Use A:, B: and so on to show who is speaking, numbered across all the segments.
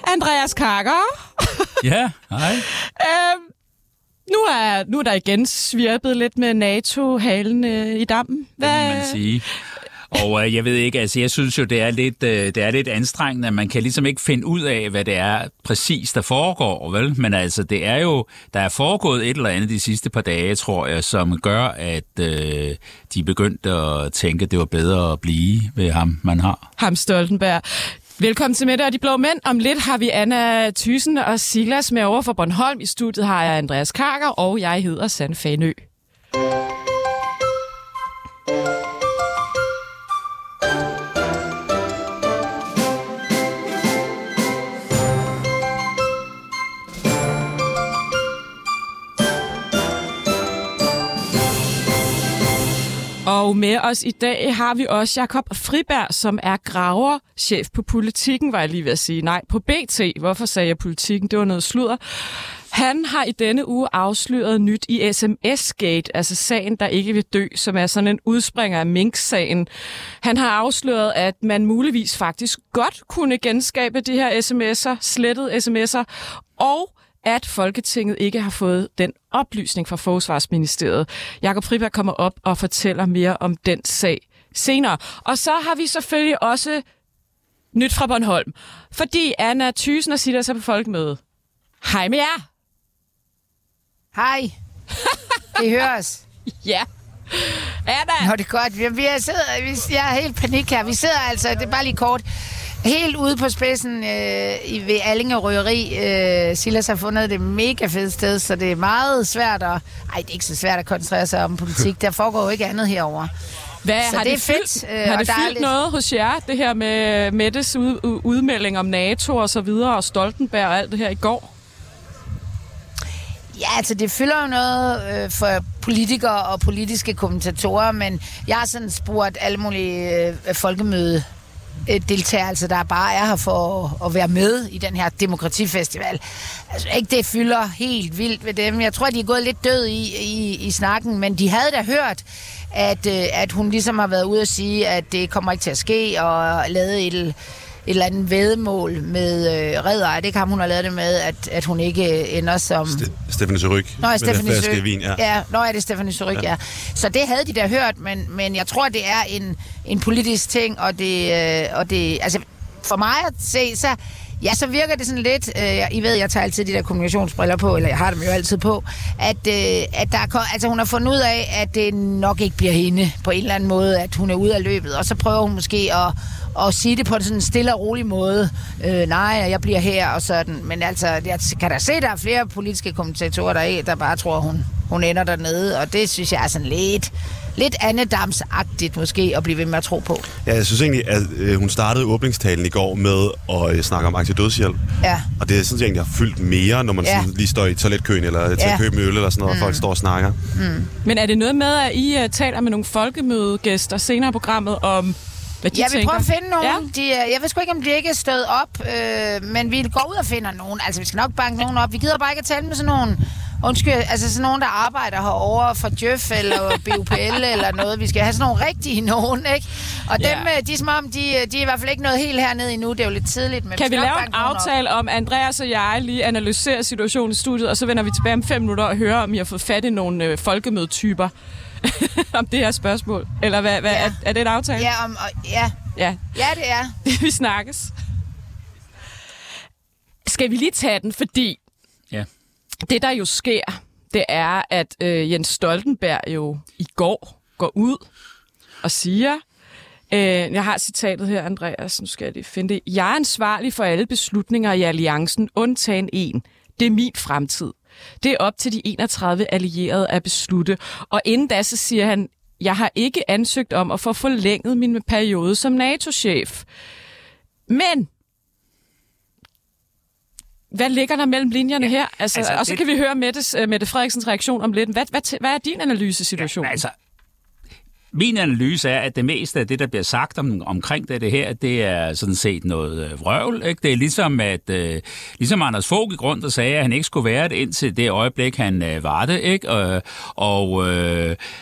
A: Andreas Karker.
B: Ja, hej.
A: Nu er der igen svirpet lidt med NATO-halen i dampen.
B: Det må man sige. Og jeg ved ikke, altså jeg synes jo, det er lidt anstrengende, at man kan ligesom ikke finde ud af, hvad det er præcis, der foregår, vel? Men altså, det er jo, der er foregået et eller andet de sidste par dage, tror jeg, som gør, at de begyndte at tænke, at det var bedre at blive ved ham, man har.
A: Ham Stoltenberg. Velkommen til Mette og de Blå Mænd. Om lidt har vi Anna Thyssen og Silas med over fra Bornholm. I studiet har jeg Andreas Karker, og jeg hedder Sanne Fanø. Og med os i dag har vi også Jakob Friberg, som er graverchef på Politikken, var jeg lige ved at sige. Nej, på BT. Hvorfor sagde jeg Politikken? Det var noget sludder. Han har i denne uge afsløret nyt i SMS-gate, altså sagen, der ikke vil dø, som er sådan en udspringer af Mink-sagen. Han har afsløret, at man muligvis faktisk godt kunne genskabe de her sms'er, slettede sms'er, og at Folketinget ikke har fået den oplysning fra Forsvarsministeriet. Jakob Friberg kommer op og fortæller mere om den sag senere. Og så har vi selvfølgelig også nyt fra Bornholm, fordi Anna Thyssen og Silas er på folkemøde. Hej med jer!
C: Hej. Det høres.
A: Ja. Anna!
C: Nå, det er godt. Jeg er helt panik her. Vi sidder altså, det er bare lige kort, helt ude på spidsen ved Allinge Røgeri. Silas har fundet det mega fedt sted, så det er meget svært at... Ej, det er ikke så svært at koncentrere sig om politik. Der foregår jo ikke andet herovre.
A: Så det er fedt. Har det fyldt noget hos jer, det her med Mettes udmelding om NATO og så videre, og Stoltenberg og alt det her i går?
C: Ja, altså det fylder jo noget for politikere og politiske kommentatorer, men jeg har sådan spurgt alle mulige folkemøde deltagere, altså der bare er her for at være med i den her demokratifestival. Altså ikke det fylder helt vildt ved dem. Jeg tror, de er gået lidt død i snakken, men de havde da hørt, at hun ligesom har været ude at sige, at det kommer ikke til at ske, og lavet et eller andet væddemål med Redder. Det kan hun har lavet det med, at hun ikke ender som...
D: Stephanie Surrugue.
C: Nå, ja, Stephanie Surrugue.
D: Vin, ja.
C: Ja, det er Stephanie Surrugue, ja. Så det havde de da hørt, men jeg tror, det er en politisk ting, og det altså for mig at se, så virker det sådan lidt, I ved, jeg tager altid de der kommunikationsbriller på, eller jeg har dem jo altid på, at der hun har fundet ud af, at det nok ikke bliver hende på en eller anden måde, at hun er ude af løbet, og så prøver hun måske at sige det på en sådan stille og rolig måde. Nej, jeg bliver her og sådan. Men altså, jeg kan da se, at der er flere politiske kommentatorer, der bare tror, hun ender dernede, og det synes jeg er sådan lidt andedamsagtigt måske at blive ved med at tro på.
D: Ja, jeg synes egentlig, at hun startede åbningstalen i går med at snakke om aktiv dødshjælp. Ja. Og det er sådan, at jeg har fyldt mere, når man sådan lige står i toiletkøen eller til at købe en øl eller sådan noget, og folk står og snakker. Mm.
A: Men er det noget med, at I taler med nogle folkemødegæster senere i programmet om, hvad de tænker?
C: Vi prøver at finde nogen. Ja. Jeg ved sgu ikke, om de ikke er stået op, men vi går ud og finder nogen. Altså, vi skal nok banke nogen op. Vi gider bare ikke at tale med sådan nogen... altså sådan nogen, der arbejder herovre fra Djøf eller BUPL eller noget. Vi skal have sådan nogle rigtige nogen, ikke? Og dem, de er som om, de er i hvert fald ikke noget helt hernede endnu. Det er jo lidt tidligt. Men
A: kan vi lave en aftale om, Andreas og jeg lige analyserer situationen i studiet, og så vender vi tilbage om 5 minutter og hører, om I har fået fat i nogle folkemødetyper om det her spørgsmål? Eller hvad er det en aftale?
C: Ja, det er.
A: Vi snakkes. Skal vi lige tage den, fordi...
B: Ja.
A: Det, der jo sker, det er, at Jens Stoltenberg jo i går går ud og siger, jeg har citatet her, Andreas, nu skal jeg lige finde det. Jeg er ansvarlig for alle beslutninger i alliancen, undtagen en. Det er min fremtid. Det er op til de 31 allierede at beslutte. Og inden da, så siger han, jeg har ikke ansøgt om at få forlænget min periode som NATO-chef. Men... hvad ligger der mellem linjerne her? Altså, og så kan vi høre Mette Frederiksens reaktion om lidt. Hvad er din analysesituation?
B: Ja, altså, min analyse er, at det meste af det, der bliver sagt omkring det her, det er sådan set noget vrøvl. Ikke? Det er ligesom, at ligesom Anders Fogh gik rundt og sagde, at han ikke skulle være det indtil det øjeblik, han var det. Ikke?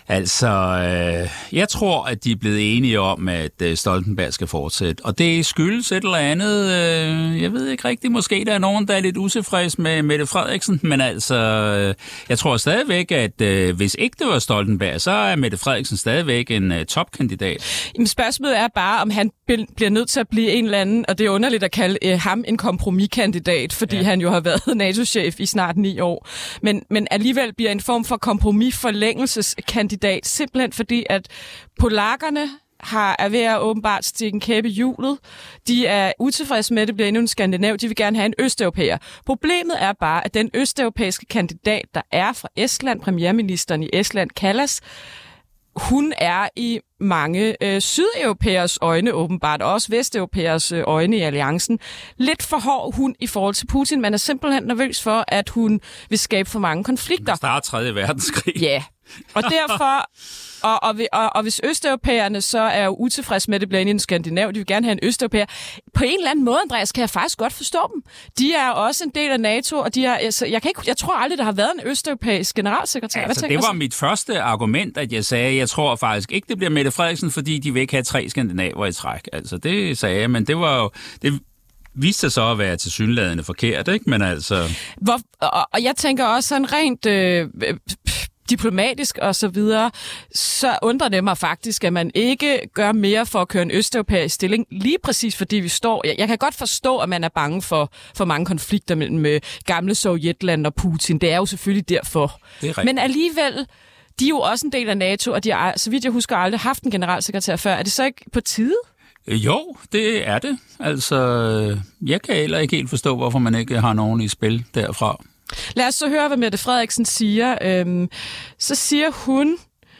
B: Altså, jeg tror, at de er blevet enige om, at Stoltenberg skal fortsætte. Og det skyldes et eller andet, jeg ved ikke rigtigt, måske der er nogen, der er lidt utilfreds med Mette Frederiksen, men altså, jeg tror stadigvæk, at hvis ikke det var Stoltenberg, så er Mette Frederiksen stadigvæk en topkandidat.
A: Jamen, spørgsmålet er bare, om han bliver nødt til at blive en eller anden, og det er underligt at kalde ham en kompromiskandidat, fordi han jo har været NATO-chef i snart 9 år, men alligevel bliver en form for kompromisforlængelseskandidat, simpelthen fordi, at polakkerne er ved at åbenbart stikke en kæppe i hjulet. De er utilfredse med, at det bliver endnu en skandinav. De vil gerne have en østeuropæer. Problemet er bare, at den østeuropæiske kandidat, der er fra Estland, premierministeren i Estland, Kallas, hun er i mange sydeuropæers øjne åbenbart, og også vesteuropæers øjne i alliancen, lidt for hård hun i forhold til Putin. Man er simpelthen nervøs for, at hun vil skabe for mange konflikter.
B: Start 3. verdenskrig.
A: Ja, og derfor, og hvis østeuropæerne så er jo utilfredse med, at det bliver en skandinav, de vil gerne have en østeuropæer. På en eller anden måde, Andreas, kan jeg faktisk godt forstå dem. De er også en del af NATO, og de er, altså, jeg tror aldrig, der har været en østeuropæisk generalsekretær.
B: Altså, det var mit første argument, at jeg sagde, jeg tror faktisk ikke, det bliver Mette Frederiksen, fordi de vil ikke have 3 skandinaver i træk. Altså, det sagde jeg, men det var jo... Det viste sig så at være tilsyneladende forkert, ikke? Men altså...
A: Og jeg tænker også sådan rent... diplomatisk og så videre, så undrer det mig faktisk, at man ikke gør mere for at køre en østeuropæisk stilling, lige præcis fordi vi står... Jeg kan godt forstå, at man er bange for mange konflikter mellem gamle Sovjetland og Putin. Det er jo selvfølgelig derfor. Men alligevel, de er jo også en del af NATO, og de har, så vidt jeg husker, aldrig haft en generalsekretær før. Er det så ikke på tide?
B: Jo, det er det. Altså, jeg kan heller ikke helt forstå, hvorfor man ikke har nogen i spil derfra.
A: Lad os så høre, hvad Mette Frederiksen siger. Så siger hun,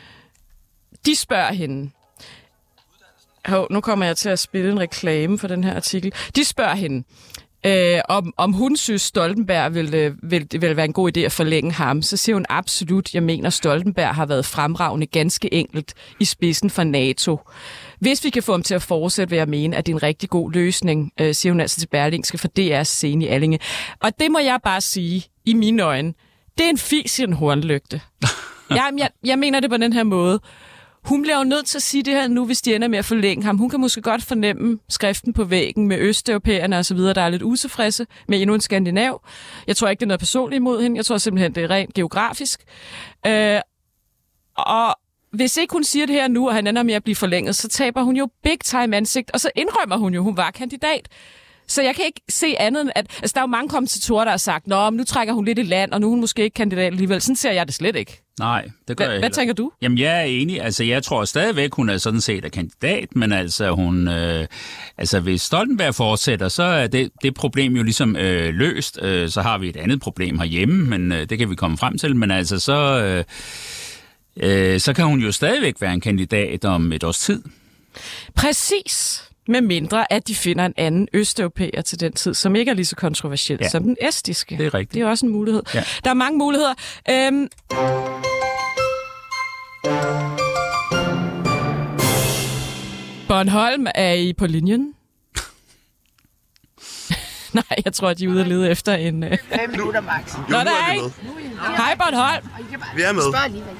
A: de spørger hende. Nu kommer jeg til at spille en reklame for den her artikel. De spørger hende, om hun synes, Stoltenberg vil være en god idé at forlænge ham. Så siger hun absolut, jeg mener, Stoltenberg har været fremragende ganske enkelt i spidsen for NATO. Hvis vi kan få ham til at fortsætte, vil jeg mene, at det er en rigtig god løsning, siger hun altså til Berlingske for DR's scene i Allinge. Og det må jeg bare sige, i mine øjne, det er en fis i en hornlygte. Jeg mener det på den her måde. Hun bliver jo nødt til at sige det her nu, hvis de ender med at forlænge ham. Hun kan måske godt fornemme skriften på væggen med østeuropæerne og så videre, der er lidt utilfredse med endnu en skandinav. Jeg tror ikke, det er noget personligt imod hende. Jeg tror simpelthen, det er rent geografisk. Og hvis ikke hun siger det her nu, og han ender med at blive forlænget, så taber hun jo big time ansigt, og så indrømmer hun jo, hun var kandidat. Så jeg kan ikke se andet end, at altså, der er jo mange kommentatorer, der har sagt, nå, men nu trækker hun lidt i land, og nu er hun måske ikke kandidat alligevel. Sådan ser jeg det slet ikke.
B: Nej, det gør jeg
A: Hvad tænker du?
B: Jamen, jeg er enig. Altså, jeg tror stadigvæk, hun er sådan set kandidat, men altså, hun... hvis Stoltenberg fortsætter, så er det problem jo ligesom løst. Så har vi et andet problem herhjemme, men det kan vi komme frem til. Men altså, så kan hun jo stadigvæk være en kandidat om et års tid.
A: Præcis. Med mindre, at de finder en anden østeuropæer til den tid, som ikke er lige så kontroversiel som den estiske.
B: Det er rigtigt.
A: Det er også en mulighed. Ja. Der er mange muligheder. Bornholm, er I på linjen? Nej, jeg tror, at de er ude og lede efter en...
C: 5 minutter max.
A: Nå, der er ikke. Hej, Bornholm.
D: Vi er med.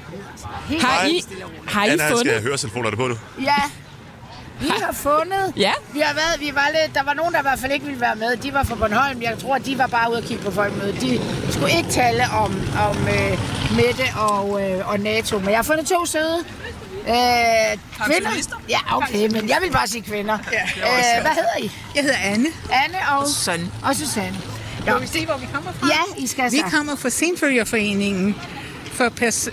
A: Har I fundet...
D: skal høretelefonerne på nu.
C: Ja. Vi har fundet.
A: Ja.
C: Der var nogen, der i hvert fald ikke ville være med. De var fra Bornholm. Jeg tror, de var bare ude at kigge på folkemødet. De skulle ikke tale om Mette og NATO. Men jeg har fundet 2 søde kvinder. Ja, okay, men jeg vil bare sige kvinder. Ja, hvad hedder I?
E: Jeg hedder Anne.
C: Anne og Susanne.
E: Må vi se, hvor vi kommer fra?
C: Ja, I skal
E: Vi kommer fra Senfølgerforeningen for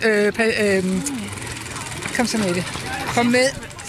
E: kom så med det. For med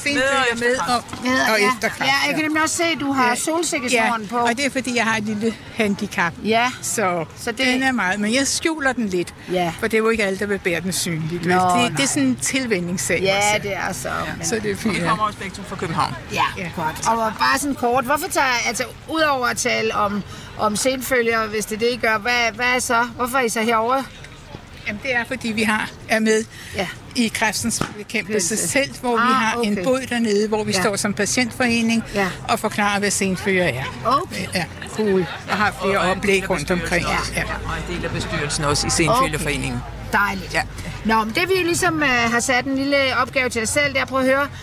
E: og efterkraft.
C: Ja, jeg kan nemlig også se, at du har solsikkesnoren på.
E: Og det er, fordi jeg har et lille handicap.
C: Ja.
E: Så den er meget, men jeg skjuler den lidt. Ja. For det er jo ikke alle, der vil bære den synligt. Det er sådan en tilvænningssag.
C: Ja, det er så.
E: Så det er fint.
F: Vi kommer også begge fra København.
C: Ja, godt. Og bare sådan kort, hvorfor udover at tale om senfølger, hvis det I gør, hvad er så? Hvorfor er I så herovre?
E: Jamen, det er, fordi vi er med i kræftens bekæmpelse selv, hvor vi har en båd dernede, hvor vi står som patientforening og forklarer, hvad senfølger er.
C: Okay.
E: Ja, cool. Og har flere oplæg rundt omkring.
F: Ja. Og en del af bestyrelsen også i Senfølgerforeningen.
C: Dejligt. Ja. Nå, men det vi ligesom har sat en lille opgave til os selv, det er at prøve at høre,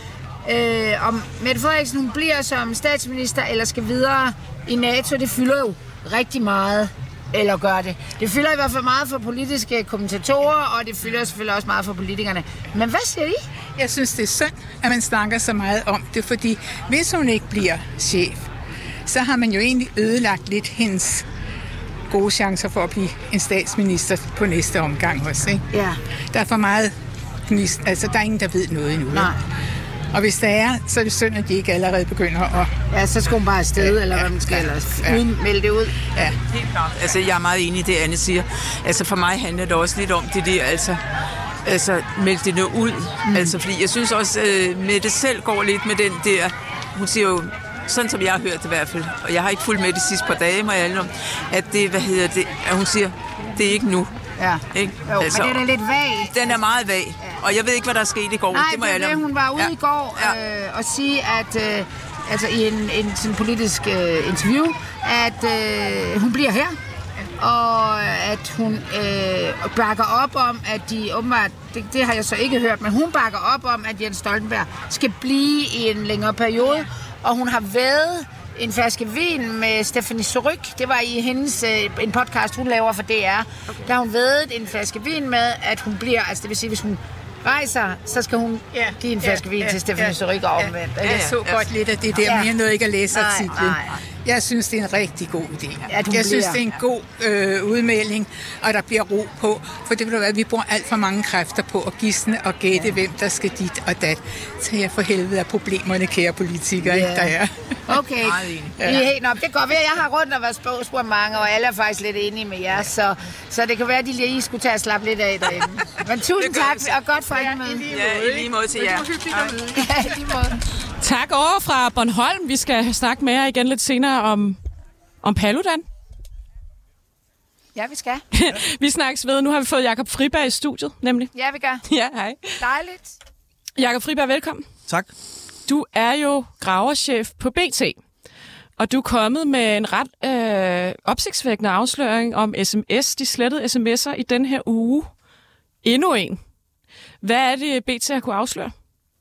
C: om Mette Frederiksen hun bliver som statsminister eller skal videre i NATO. Det fylder jo rigtig meget, eller gør det. Det fylder i hvert fald meget for politiske kommentatorer, og det fylder selvfølgelig også meget for politikerne. Men hvad siger I?
E: Jeg synes, det er synd, at man snakker så meget om det, fordi hvis hun ikke bliver chef, så har man jo egentlig ødelagt lidt hendes gode chancer for at blive en statsminister på næste omgang også, ikke?
C: Ja.
E: Der er for meget, altså der er ingen, der ved noget endnu.
C: Nej.
E: Og hvis der er, så er det synd, at de ikke allerede begynder at...
C: Ja, så skal hun bare afsted, eller hvad man skal, eller melde det ud.
F: Ja, helt klart. Altså, jeg er meget enig i det, Anne siger. Altså, for mig handler det også lidt om det der, altså melde det nu ud. Altså, fordi jeg synes også, Mette selv går lidt med den der... Hun siger jo, sådan som jeg har hørt det i hvert fald, og jeg har ikke fulgt med de sidste par dage, må jeg alle om, at det, at hun siger, det er ikke nu.
C: Ja,
F: ikke?
C: Jo, altså, men den er lidt vag.
F: Den er meget vag, ja. Og jeg ved ikke, hvad der er sket i går.
C: Nej,
F: det må jeg
C: hun var ude i går og sige, at altså i en sådan politisk interview, at hun bliver her, og at hun bakker op om, at de åbenbart, det har jeg så ikke hørt, men hun bakker op om, at Jens Stoltenberg skal blive i en længere periode, og hun har væddet en flaske vin med Stephanie Surrugue. Det var i hendes en podcast, hun laver for DR. Okay. Der har hun væddet en flaske vin med, at hun bliver, altså det vil sige, hvis hun rejser, så skal hun give en flaske vin til Stephanie Surrugue og omvendt.
E: Jeg så godt lidt af det der, men jeg nåede ikke at læse artiklen. Jeg synes, det er en rigtig god idé. Jeg synes, det er en god udmelding, og der bliver ro på. For det vil være, at vi bruger alt for mange kræfter på at gisne og gætte, hvem der skal dit og dat. Så jeg for helvede af problemerne, kære politikere, ikke der er.
C: Okay. Det går ved, at jeg har rundt og været spurgt mange, og alle er faktisk lidt enige med jer. Så det kan være, at de lige skulle tage og slappe lidt af derinde. Men tusind tak, og godt folkemøde.
F: Ja, i lige måde til jer.
C: Ja, i lige måde.
A: Tak over fra Bornholm. Vi skal snakke med jer igen lidt senere om Paludan.
C: Ja, vi skal.
A: Vi snakkes ved. Nu har vi fået Jakob Friberg i studiet, nemlig.
C: Ja, vi gør.
A: Ja, hej.
C: Dejligt.
A: Jakob Friberg, velkommen.
G: Tak.
A: Du er jo graverchef på BT, og du er kommet med en ret opsigtsvækkende afsløring om de slettede sms'er i den her uge. Endnu en. Hvad er det, BT har kunne afsløre?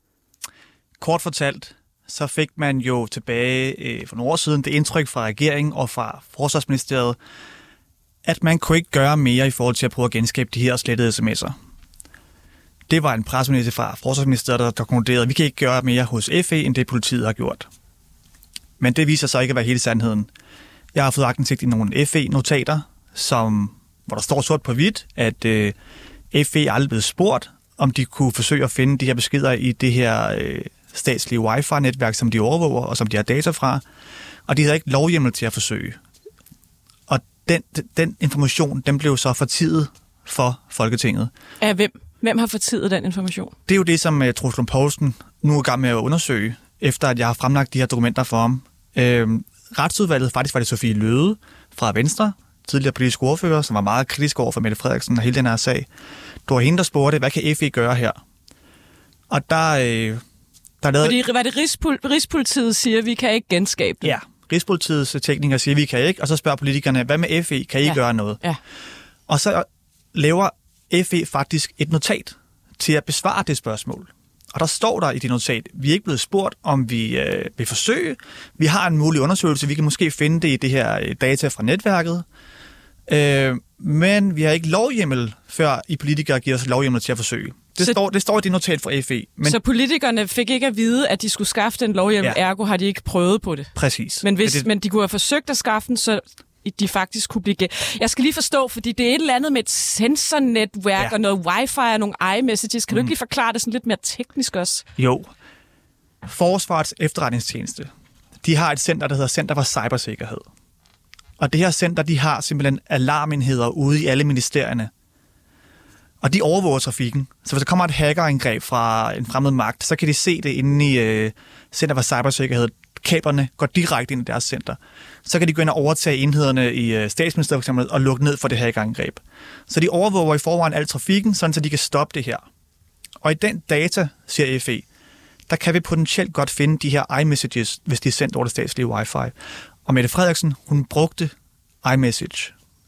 G: Kort fortalt, så fik man jo tilbage for nogle år siden det indtryk fra regeringen og fra Forsvarsministeriet, at man kunne ikke gøre mere i forhold til at prøve at genskabe de her slettede sms'er. Det var en pressemeddelelse fra Forsvarsministeriet, der konkluderede, at vi kan ikke gøre mere hos FE, end det politiet har gjort. Men det viser sig ikke at være hele sandheden. Jeg har fået aktindsigt i nogle FE-notater, hvor der står sort på hvidt, at FE aldrig blev spurgt, om de kunne forsøge at finde de her beskeder i det her statslige wifi-netværk, som de overvåger, og som de har data fra. Og de havde ikke lovhjemmel til at forsøge. Og den information, den blev så fortiet for Folketinget.
A: Af hvem? Hvem har fortiet den information?
G: Det er jo det, som Troels Lund Poulsen nu er i gang med at undersøge, efter at jeg har fremlagt de her dokumenter for ham. Retsudvalget, faktisk var det Sofie Løde fra Venstre, tidligere politisk ordfører, som var meget kritisk over for Mette Frederiksen og hele den her sag. Det var hende, der spurgte, hvad kan FE gøre her? Og der lavede...
A: Fordi var det Rigspolitiet siger, at vi kan ikke genskabe det?
G: Ja, Rigspolitiets teknikere siger, at vi kan ikke, og så spørger politikerne, hvad med FE? Kan I gøre noget?
A: Ja.
G: Og så laver FE faktisk et notat til at besvare det spørgsmål. Og der står der i det notat, vi er ikke blevet spurgt, om vi vil forsøge. Vi har en mulig undersøgelse, vi kan måske finde det i det her data fra netværket. Men vi har ikke lovhjemmel, før I politikere giver os lovhjemmel til at forsøge. Det står i det notat fra FE. Men
A: så politikerne fik ikke at vide, at de skulle skaffe den lovhjemmel, ergo har de ikke prøvet på det?
G: Præcis.
A: Men de kunne have forsøgt at skaffe den, så de faktisk kunne blive... Jeg skal lige forstå, fordi det er et eller andet med et sensornetværk og noget wifi og nogle iMessages. Kan du ikke lige forklare det sådan lidt mere teknisk også?
G: Jo. Forsvarets efterretningstjeneste, de har et center, der hedder Center for Cybersikkerhed. Og det her center, de har simpelthen alarmenheder ude i alle ministerierne. Og de overvåger trafikken. Så hvis der kommer et hackerangreb fra en fremmed magt, så kan de se det inde i Center for Cybersikkerhed. Kablerne går direkte ind i deres center. Så kan de gå ind og overtage enhederne i Statsministeriet for eksempel, og lukke ned for det hackerangreb. Så de overvåger i forvejen al trafikken, sådan så de kan stoppe det her. Og i den data, siger FE, der kan vi potentielt godt finde de her iMessages, hvis de er sendt over det statslige wifi. Og Mette Frederiksen, hun brugte iMessage.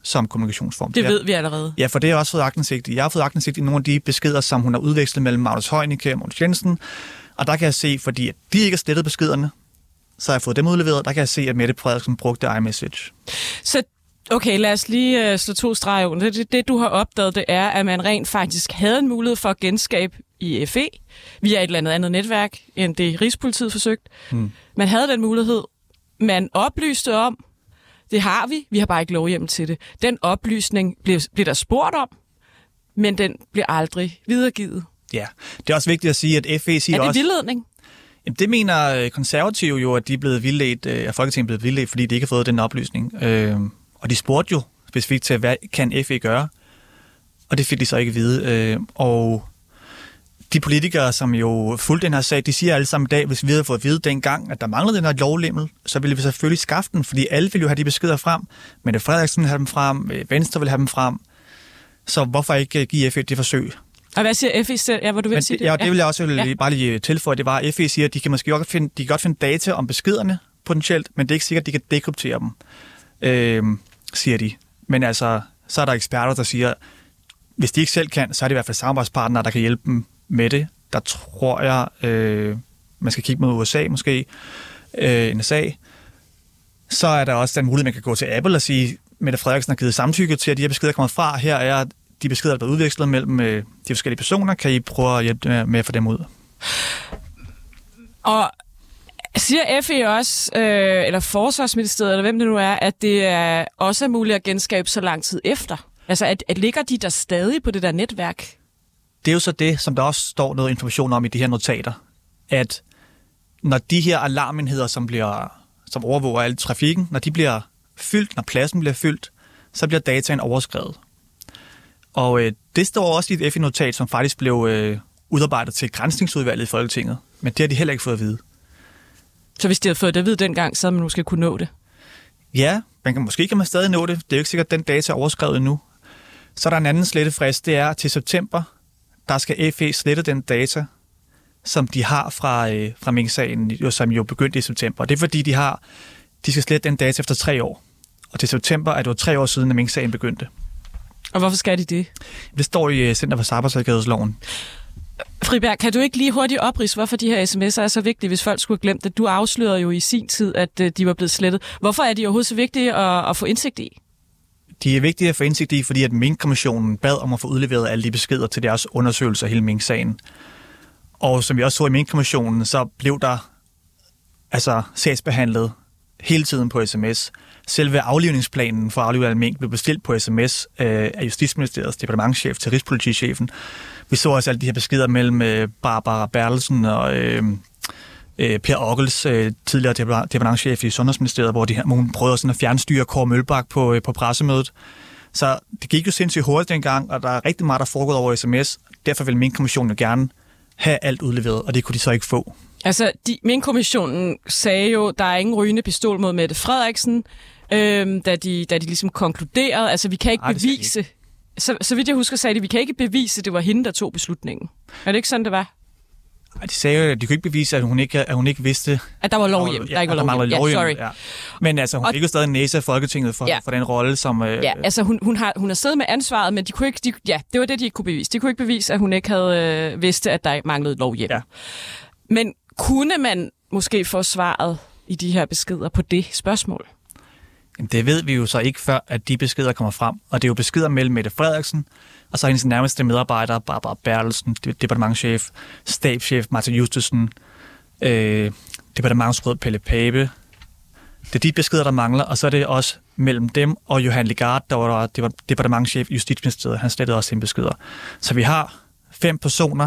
G: som kommunikationsform.
A: Det ved vi allerede.
G: Ja, for det har jeg også fået aktindsigt i. Jeg har fået aktindsigt i nogle af de beskeder, som hun har udvekslet mellem Magnus Heunicke og Mogens Jensen. Og der kan jeg se, fordi at de ikke har slettet beskederne, så har jeg fået dem udleveret. Der kan jeg se, at Mette Frederiksen brugte iMessage.
A: Så okay, lad os lige slå 2 streger under. Det, du har opdaget, det er, at man rent faktisk havde en mulighed for at genskabe i FE via et eller andet netværk, end det Rigspolitiet forsøgt. Man havde den mulighed. Man oplyste om, det har vi har bare ikke lovhjemmel til det. Den oplysning blev der spurgt om, men den blev aldrig videregivet. Ja,
G: det er også vigtigt at sige, at FE siger også...
A: Er det vildledning?
G: Jamen, det mener konservative jo, at de er blevet vildledt, at Folketinget er blevet vildledt, fordi de ikke har fået den oplysning. Og de spurgte jo specifikt til, hvad kan FE gøre? Og det fik de så ikke at vide. Og de politikere, som jo fulgte den her sag, de siger alle sammen i dag, hvis vi havde fået at vide dengang, at der manglede den her lovhjemmel, så ville vi selvfølgelig skaffe den, fordi alle ville jo have de beskeder frem. Mette Frederiksen ville have dem frem, Venstre ville have dem frem. Så hvorfor ikke give FE det forsøg?
A: Og hvad siger FE selv? Ja, hvor du vil sige det?
G: Ja, det vil jeg også bare lige tilføje. Det var, at FE siger, at de kan måske godt finde data om beskederne potentielt, men det er ikke sikkert, at de kan dekryptere dem, siger de. Men altså, så er der eksperter, der siger, hvis de ikke selv kan, så er det i hvert fald samarbejdspartnere, der kan hjælpe dem med det. Der tror jeg, man skal kigge mod USA måske, NSA. Så er der også den mulighed, man kan gå til Apple og sige, Mette Frederiksen har givet samtykke til, at de her beskeder kommer fra. Her er de beskeder, der er udvekslet mellem de forskellige personer. Kan I prøve at hjælpe med at få dem ud?
A: Og siger FE også, eller Forsvarsministeriet, eller hvem det nu er, at det også er muligt at genskabe så lang tid efter? Altså, at ligger de der stadig på det der netværk?
G: Det er jo så det, som der også står noget information om i de her notater, at når de her alarmenheder, som overvåger al trafikken, når de bliver fyldt, når pladsen bliver fyldt, så bliver dataen overskrevet. Og det står også i et FE-notat, som faktisk blev udarbejdet til Granskningsudvalget i Folketinget, men det har de heller ikke fået at vide.
A: Så hvis de havde fået det at vide dengang, så havde man måske kunne nå det?
G: Ja, måske kan man stadig nå det. Det er jo ikke sikkert, at den data er overskrevet endnu. Så er der en anden slettefrist, det er til september, der skal FE slette den data, som de har fra Mink-sagen, som jo begyndte i september. Det er fordi, de skal slette den data efter 3 år. Og til september er det jo 3 år siden, at Mink-sagen begyndte.
A: Og hvorfor skal de det?
G: Det står i Center for Cybersikkerhedsloven.
A: Friberg, kan du ikke lige hurtigt opridse, hvorfor de her sms'er er så vigtige, hvis folk skulle have glemt det? Du afslørede jo i sin tid, at de var blevet slettet. Hvorfor er de overhovedet så vigtige at få indsigt i?
G: De er vigtige at få indsigt i, fordi at Mink-kommissionen bad om at få udleveret alle de beskeder til deres undersøgelse af hele Mink-sagen. Og som vi også så i Mink-kommissionen, så blev der sagsbehandlet hele tiden på sms. Selve aflivningsplanen for aflivning af mink blev bestilt på sms af Justitsministeriets departementschef til Rigspolitichefen. Vi så også alle de her beskeder mellem Barbara Bertelsen og Per Ockels, tidligere departementschef i Sundhedsministeriet, hvor hun prøvede sådan at fjernstyre Kåre Mølbak på pressemødet. Så det gik jo sindssygt hurtigt dengang, og der er rigtig meget, der foregået over sms. Derfor vil Mink-kommissionen jo gerne have alt udleveret, og det kunne de så ikke få. Altså,
A: Mink-kommissionen sagde jo, der er ingen rygende pistol mod Mette Frederiksen, da de ligesom konkluderede, altså vi kan ikke bevise, så vidt jeg husker, sagde de, vi kan ikke bevise, at det var hende, der tog beslutningen. Er det ikke sådan, det var?
G: Nej, de sagde jo, at de kunne ikke bevise, at hun ikke vidste...
A: At der var lovhjem.
G: Ja, der var lovhjem. Ja. Men altså, hun fik jo stadig en næse af Folketinget for den rolle, som...
A: altså hun har siddet med ansvaret, men de kunne ikke... det var det, de ikke kunne bevise. De kunne ikke bevise, at hun ikke havde vidst, at der manglede lovhjem. Ja. Men kunne man måske få svaret i de her beskeder på det spørgsmål?
G: Jamen, det ved vi jo så ikke, før at de beskeder kommer frem. Og det er jo beskeder mellem Mette Frederiksen, og så hendes nærmeste medarbejdere, Barbara Bertelsen, departementschef, stabschef Martin Justesen, departementsråd Pelle Pape. Det er de beskeder, der mangler, og så er det også mellem dem og Johan Legarth, der var departementschef i Justitsministeriet. Han slettede også sine beskeder. Så vi har 5 personer,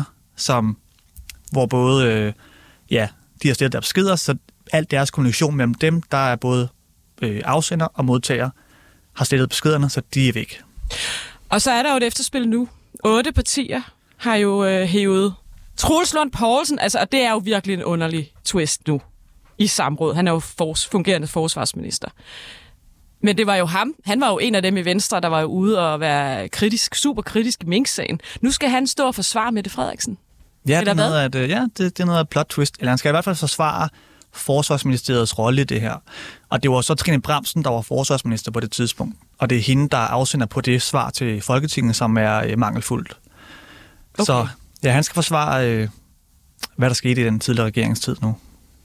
G: hvor både de har slettet der beskeder, så alt deres kommunikation mellem dem, der er både afsender og modtager, har slettet beskederne, så de er væk.
A: Og så er der jo et efterspil nu. 8 partier har jo hævet Troels Lund Poulsen, og det er jo virkelig en underlig twist nu i samråd. Han er jo fungerende forsvarsminister. Men det var jo ham. Han var jo en af dem i Venstre, der var jo ude og være super kritisk i Mink-sagen. Nu skal han stå og forsvare Mette Frederiksen.
G: Ja, det er noget af et plot twist. Eller han skal i hvert fald forsvare Forsvarsministeriets rolle i det her. Og det var så Trine Bramsen, der var forsvarsminister på det tidspunkt. Og det er hende, der afsender på det svar til Folketinget, som er mangelfuldt. Okay. Så ja, han skal forsvare, hvad der skete i den tidligere regeringstid nu.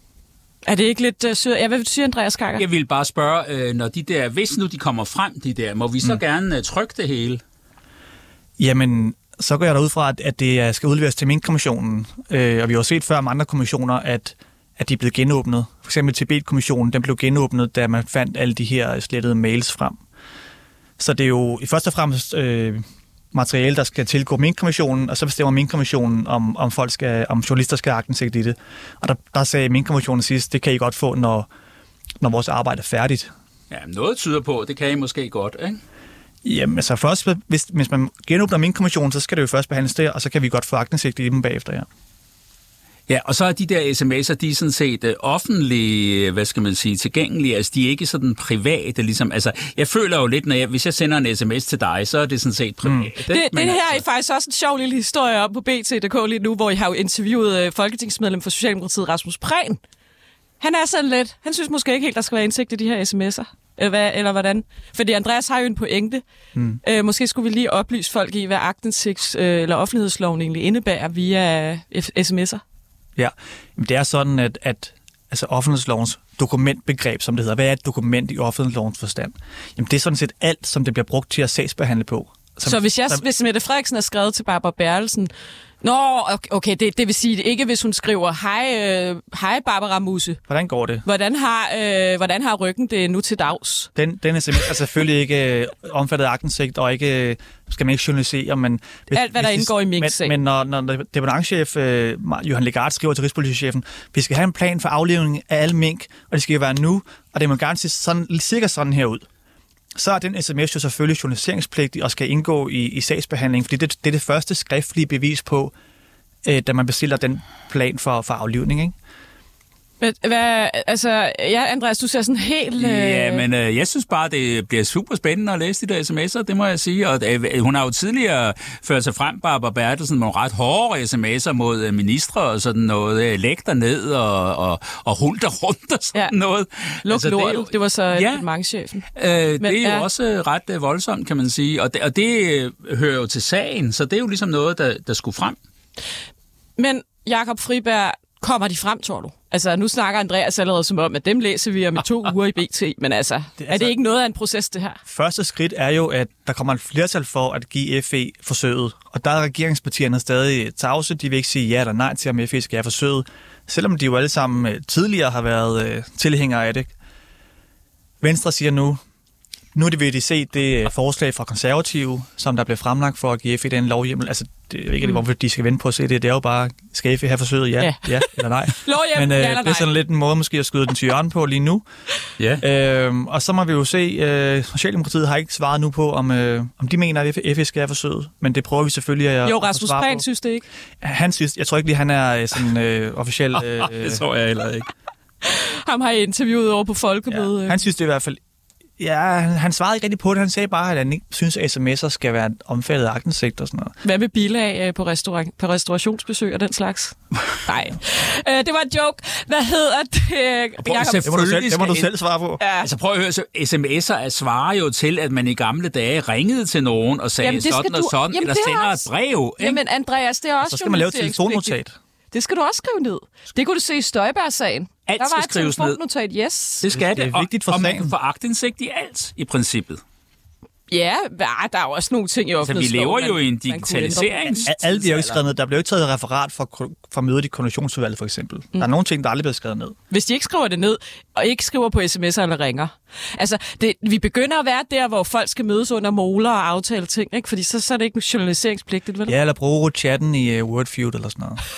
A: Er det ikke lidt sødt? Jeg vil sige, Andreas Skakker.
B: Jeg vil bare spørge, når de der, hvis nu de kommer frem, de der, må vi så gerne trykke det hele?
G: Jamen, så går jeg derud fra, at det skal udleveres til Minkkommissionen. Og vi har set før med andre kommissioner, at de er blevet genåbnet. For eksempel Tibet-kommissionen, den blev genåbnet, da man fandt alle de her slettede mails frem. Så det er jo i først og fremmest materiale, der skal tilgå Minkkommissionen, og så bestemmer Minkkommissionen, om journalister skal have aktindsigt i det. Og der sagde Minkkommissionen sidst, det kan I godt få, når vores arbejde er færdigt.
B: Ja, noget tyder på, det kan I måske godt, ikke?
G: Jamen, altså først, hvis man genåbner Minkkommissionen, så skal det jo først behandles der, og så kan vi godt få aktindsigt i dem bagefter, ja.
B: Ja, og så er de der sms'er, de er sådan set offentlige, hvad skal man sige, tilgængelige. Altså, de er ikke sådan private, ligesom. Altså, jeg føler jo lidt, hvis jeg sender en sms til dig, så er det sådan set privat.
A: Det her er faktisk også en sjov lille historie op på BT.dk lige nu, hvor I har jo interviewet folketingsmedlem for Socialdemokratiet, Rasmus Prehn. Han er sådan lidt, han synes måske ikke helt, der skal være indsigt i de her sms'er. Eller hvordan? Fordi Andreas har jo en pointe. Måske skulle vi lige oplyse folk i, hvad aktindsigt eller offentlighedsloven egentlig indebærer via sms'er.
G: Ja, det er sådan, at altså offentlighedslovens dokumentbegreb, som det hedder, hvad er et dokument i offentlighedslovens forstand? Jamen, det er sådan set alt, som det bliver brugt til at sagsbehandle på.
A: Så hvis Mette Frederiksen har skrevet til Barbara Bertelsen, okay, det vil sige det ikke, hvis hun skriver, hej Barbara Musse.
G: Hvordan går det?
A: Hvordan har ryggen det nu til dags?
G: Den er simpelthen selvfølgelig ikke omfattet af aktindsigt, og ikke skal man ikke journalisere, men...
A: Alt, hvad der indgår i mink-sag.
G: Men når departementschef Johan Legarth skriver til Rigspolitichefen, vi skal have en plan for aflivning af alle mink, og det skal jo være nu, og det må gerne se cirka sådan her ud. Så er den sms jo selvfølgelig journaliseringspligtig og skal indgå i sagsbehandling, fordi det er det første skriftlige bevis på, da man bestiller den plan for aflivning, ikke?
A: Andreas, du ser sådan helt...
B: Ja, men jeg synes bare, det bliver super spændende at læse de der sms'er, det må jeg sige. Og hun har jo tidligere ført sig frem, Barbara Bertelsen, med ret hårde sms'er mod ministre og sådan noget. Læg der ned og hul der rundt og sådan noget.
A: Luk lortet, det var så departementschefen.
B: Det er jo også ret voldsomt, kan man sige. Og det hører jo til sagen, så det er jo ligesom noget, der skulle frem.
A: Men Jakob Friberg, kommer de frem, tror du? Altså, nu snakker Andreas allerede som om, at dem læser vi om i 2 uger i BT, men altså, er det ikke noget af en proces, det her?
G: Første skridt er jo, at der kommer et flertal for at give FE forsøget, og der er regeringspartierne stadig tavse. De vil ikke sige ja eller nej til, om FE skal have forsøget, selvom de jo alle sammen tidligere har været tilhængere af det. Venstre siger nu vil de se det forslag fra konservative, som der blev fremlagt for at give FE den lovhjemmel. Altså, det er ikke hvorfor de skal vente på at se det. Det er jo bare, skal FE have forsøget ja eller nej.
A: Men
G: det er sådan lidt en måde måske at skyde den til hjørne på lige nu.
B: Ja.
G: Og så må vi jo se, Socialdemokratiet har ikke svaret nu på, om de mener, at FE skal have forsøget. Men det prøver vi selvfølgelig at svare på.
A: Jo, Rasmus Prehn synes det ikke.
G: Han synes, jeg tror ikke lige, han er sådan officiel...
B: det tror jeg heller ikke.
A: Ham har jeg interviewet over på Folkemødet.
G: Ja, han synes det i hvert fald... Ja, han svarede ikke rigtig på det. Han sagde bare, at han ikke synes, at sms'er skal være omfattet af aktindsigt og sådan noget.
A: Hvad med bilag på restaurationsbesøg og den slags? Nej. Det var en joke. Hvad hedder det?
G: Det må du selv svare på.
B: Ja. Altså prøv at høre, så sms'er svarer jo til, at man i gamle dage ringede til nogen og sagde sådan og sådan, eller sender et brev. Ikke?
A: Jamen Andreas, det er også
G: så skal man lave et telefonnotat.
A: Det skal du også skrive ned. Det kunne du se i Støjberg-sagen.
B: Alt skal skrives ned.
A: Yes.
B: Det skal det.
G: Det er vigtigt for sagen.
B: Og man kan få aktindsigt i alt, i princippet.
A: Ja, der er jo også nogle ting i offentlighedsloven.
B: Så vi lever jo i en digitalisering.
G: Alt bliver jo ikke skrevet ned. Der bliver jo ikke taget referat fra mødet i koordinationsudvalget, for eksempel. Der er nogle ting, der aldrig bliver skrevet ned.
A: Hvis de ikke skriver det ned, og ikke skriver på sms'er eller ringer. Altså, vi begynder at være der, hvor folk skal mødes under moler og aftale ting, ikke? Fordi så er det ikke journaliseringspligtigt, vel?
G: Ja, eller bruge chatten i Wordfeud eller sådan noget.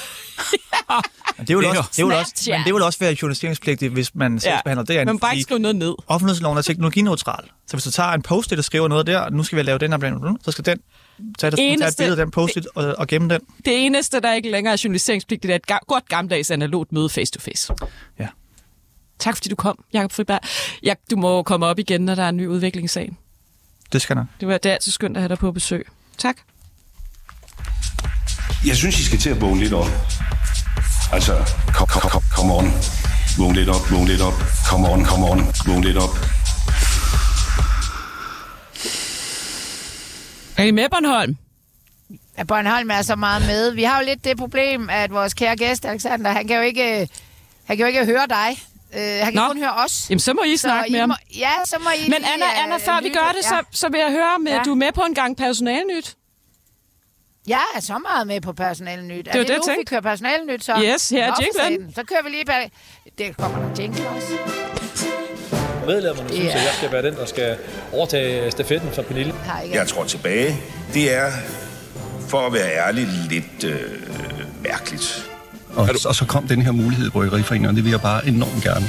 G: Det vil også være journaliseringspligtigt, hvis man sagsbehandler derinde.
A: Men bare ikke skrive noget ned.
G: Offentlighedsloven er teknologineutral. Så hvis du tager en post-it og skriver noget der, nu skal vi lave den her plan, så skal den tage et billede af den post-it og gemme den.
A: Det eneste, der ikke længere er journaliseringspligtigt, er et godt gammeldags analogt møde face-to-face.
G: Ja.
A: Tak fordi du kom, Jakob Friberg. Du må komme op igen, når der er en ny udviklingssag.
G: Det skal nok.
A: Det er altid skønt at have dig på besøg. Tak.
H: Jeg synes, I skal til at vågne lidt op. Altså, come on. Vågn lidt op, vågn lidt op. Come on, come on. Vågn lidt op.
A: Er I med, Bornholm?
C: Ja, Bornholm er så meget med. Vi har jo lidt det problem, at vores kære gæst, Alexander, han kan jo ikke høre dig. Han kan kun høre os.
A: Jamen, så må I snakke med ham.
C: Ja, så må I.
A: Men Anna, før vi gør det, så vil jeg høre, om du er med på en gang personalenyt.
C: Jeg er så meget med på personalenyt.
A: Det er det,
C: nu, vi kører personalenyt, så?
A: Yes, her er jinglen.
C: Så kører vi lige det kommer der jingle også.
I: Medlemmerne synes, at jeg skal være den, der skal overtage stafetten fra Pernille.
H: Jeg tror tilbage. Det er, for at være ærlig, lidt mærkeligt.
J: Og så kom den her mulighed i Bryggeriforeningen, og det vil jeg bare enormt gerne.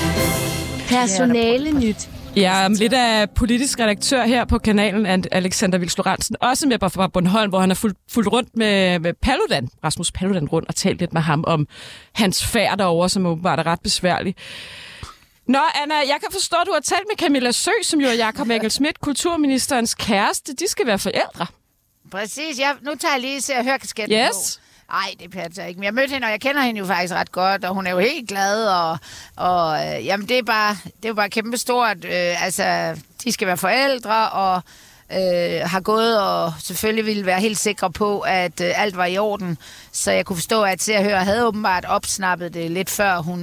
K: Personalenyt.
A: Jeg er lidt af politisk redaktør her på kanalen, Alexander Vils Lorentzen, også med fra Bornholm, hvor han har fulgt rundt med Paludan, Rasmus Paludan rundt og talt lidt med ham om hans færd derovre, som åbenbart er ret besværlig. Nå, Anna, jeg kan forstå, at du har talt med Camilla Sø, som jo er Jakob Engel-Schmidt, kulturministerens kæreste. De skal være forældre.
C: Præcis. Nu tager jeg lige se og hører kasketten på. Nej, det passer ikke. Men jeg mødte hende, og jeg kender hende jo faktisk ret godt, og hun er jo helt glad, og jamen, det er jo bare kæmpestort. Altså, de skal være forældre, og har gået og selvfølgelig ville være helt sikre på, at alt var i orden. Så jeg kunne forstå, at Se og Hør havde åbenbart opsnappet det lidt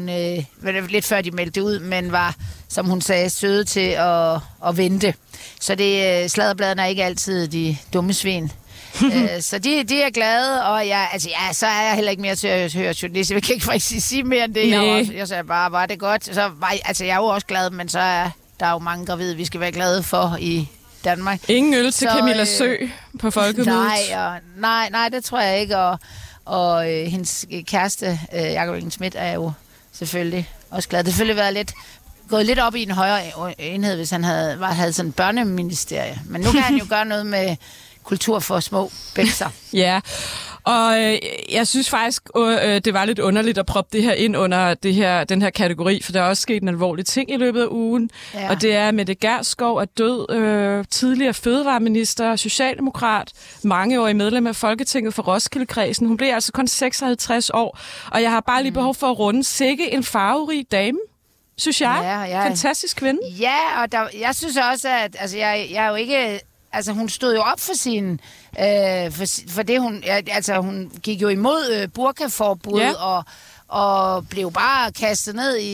C: før de meldte ud, men var, som hun sagde, søde til at vente. Så sladderbladene er ikke altid de dumme svin. Så de er glade, og så er jeg heller ikke mere til at høre journalist. Jeg kan ikke faktisk sige mere end det. Jeg sagde bare, var det godt? Så jeg er jo også glad, men så er der jo mange gravide, vi skal være glade for i Danmark.
A: Ingen øl til Camilla Sø på folkemødet?
C: Nej, det tror jeg ikke. Og hendes kæreste, Jakob Engel-Schmidt, er jo selvfølgelig også glad. Det har selvfølgelig været gået lidt op i en højere enhed, hvis han havde sådan en børneministerie. Men nu kan han jo gøre noget med kultur for små bækser.
A: Ja, og jeg synes faktisk, det var lidt underligt at proppe det her ind under den her kategori, for der er også sket en alvorlig ting i løbet af ugen, og det er, at Mette Gjerskov er død, tidligere fødevareminister, socialdemokrat, mangeårig medlem af Folketinget for Roskilde-kredsen. Hun blev altså kun 56 år, og jeg har bare lige behov for at runde. Sikke en farverig dame, synes jeg. Ja. Fantastisk kvinde.
C: Ja, og jeg synes også, at jeg er jo ikke... Altså, hun stod jo op for sin... for det, hun gik jo imod burkaforbud, og blev bare kastet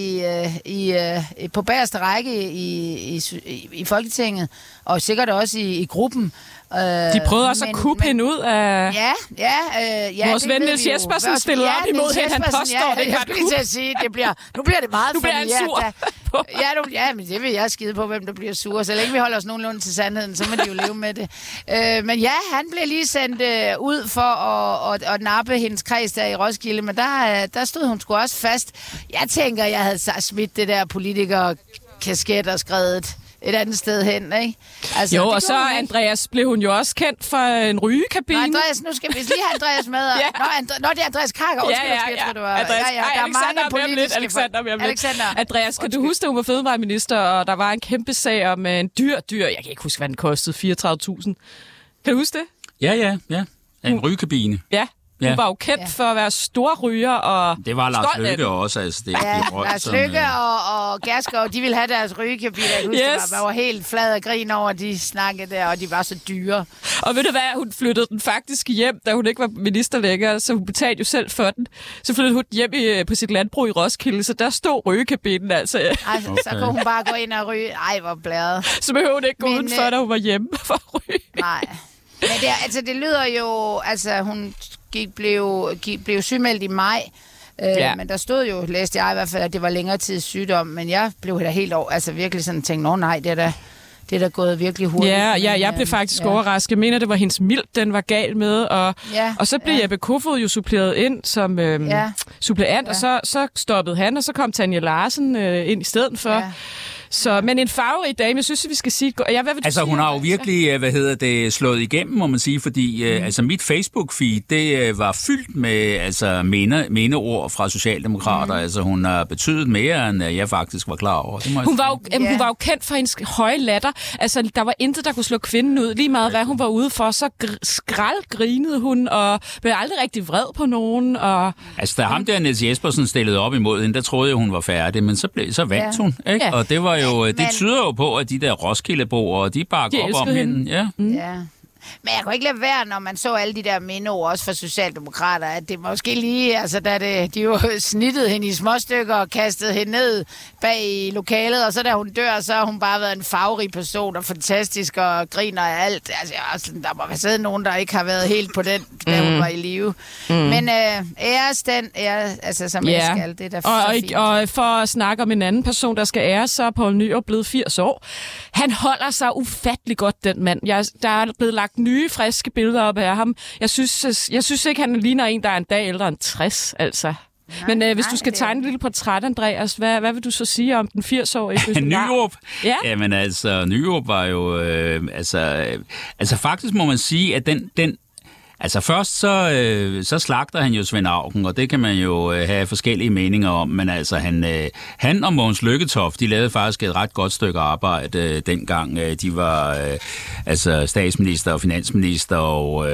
C: ned på bagerste række i Folketinget, og sikkert også i gruppen.
A: De prøvede også at kuppe hende ud af...
C: Ja,
A: vores ven Niels Jespersen stillede op imod hende. Han påstår, det
C: jeg skulle til at sige, nu bliver det meget
A: familiært.
C: Ja, men det vil jeg skide på, hvem der bliver sur. Så længe vi holder os nogenlunde til sandheden, så må de jo leve med det. Men ja, han blev lige sendt ud for at nappe hendes kreds der i Roskilde, men der stod hun sgu også fast. Jeg tænker, jeg havde smidt det der politiker-kasket og skrevet et andet sted hen, ikke? Altså,
A: jo, og så Andreas blev hun jo også kendt for en rygekabine.
C: Nå, Andreas, nu skal vi lige have Andreas med. Nå, det er Andreas Karker. Jeg tror, det var.
A: Alexander vil lidt. Andreas, kan du huske, at hun var fødevareminister, og der var en kæmpe sag om en dyr. Jeg kan ikke huske, hvad den kostede. 34.000. Kan du huske det?
B: Ja. En rygekabine.
A: Ja. Hun var jo kendt for at være stor ryger og
B: det var Lars Løkke også. Altså,
C: Lars Løkke og Gjerskov, de ville have deres rygekabiner. Man var helt flad og grin over, de snakkede der, og de var så dyre.
A: Og ved du hvad, hun flyttede den faktisk hjem, da hun ikke var minister længere, så hun betalte jo selv for den. Så flyttede hun hjem på sit landbrug i Roskilde, så der stod rygekabinen altså.
C: Så kunne hun bare gå ind og ryge. Ej, hvor blæret.
A: Så behøvede hun ikke gå udenfor, da hun var hjemme for at ryge.
C: Nej. Men det lyder jo... Altså, hun blev sygemeldt i maj, men der stod jo, læste jeg i hvert fald, at det var længere tids sygdom, men jeg blev da helt virkelig sådan tænkt, nej, det er da gået virkelig hurtigt.
A: Jeg blev faktisk overrasket. Jeg mener, det var hendes mild, den var gal med, og så blev Jeppe Kofod jo suppleret ind som suppleant, og så stoppede han, og så kom Tanja Larsen ind i stedet for. Så, men en farverig dame, jeg synes, vi skal sige...
B: Hun har jo virkelig, slået igennem, må man sige, fordi mit Facebook-feed, det var fyldt med mindeord fra socialdemokrater. Altså, hun har betydet mere, end jeg faktisk var klar over.
A: Hun var jo kendt for hendes høje latter. Altså, der var intet, der kunne slå kvinden ud. Lige meget, hvad hun var ude for, så skraldgrinede hun, og blev aldrig rigtig vred på nogen. Og...
B: Altså, da ham der Niels Jespersen stillede op imod hende, der troede jeg, hun var færdig, men så vandt hun, ikke? Ja. Og det var jo, det tyder jo på, at de der Roskildeboere, de bakker op om hende. Ja.
C: Ja. Men jeg kunne ikke lade være, når man så alle de der mindeord, også for socialdemokrater, at det måske lige, altså da de jo snittede hende i småstykker og kastede hende ned bag i lokalet, og så da hun dør, så har hun bare været en farverig person og fantastisk og griner af alt. Altså, der må være siddet nogen, der ikke har været helt på den, da hun var i live. Men æres den, som jeg skal, det er da så fint.
A: Og for at snakke om en anden person, der skal æres, så er Poul Nyrup blevet 80 år. Han holder sig ufattelig godt, den mand. Der er blevet lagt nye, friske billeder op af ham. Jeg synes ikke, han ligner en, der er en dag ældre end 60, altså. Men hvis du skal tegne et lille portræt, Andreas, hvad vil du så sige om den 80-årige?
B: Nyrup? Ja? Jamen altså, Nyrup var jo... faktisk må man sige, at den altså først så slagter han jo Svend Auken, og det kan man jo have forskellige meninger om, men altså han og Mogens Lykketoft, de lavede faktisk et ret godt stykke arbejde dengang de var statsminister og finansminister, og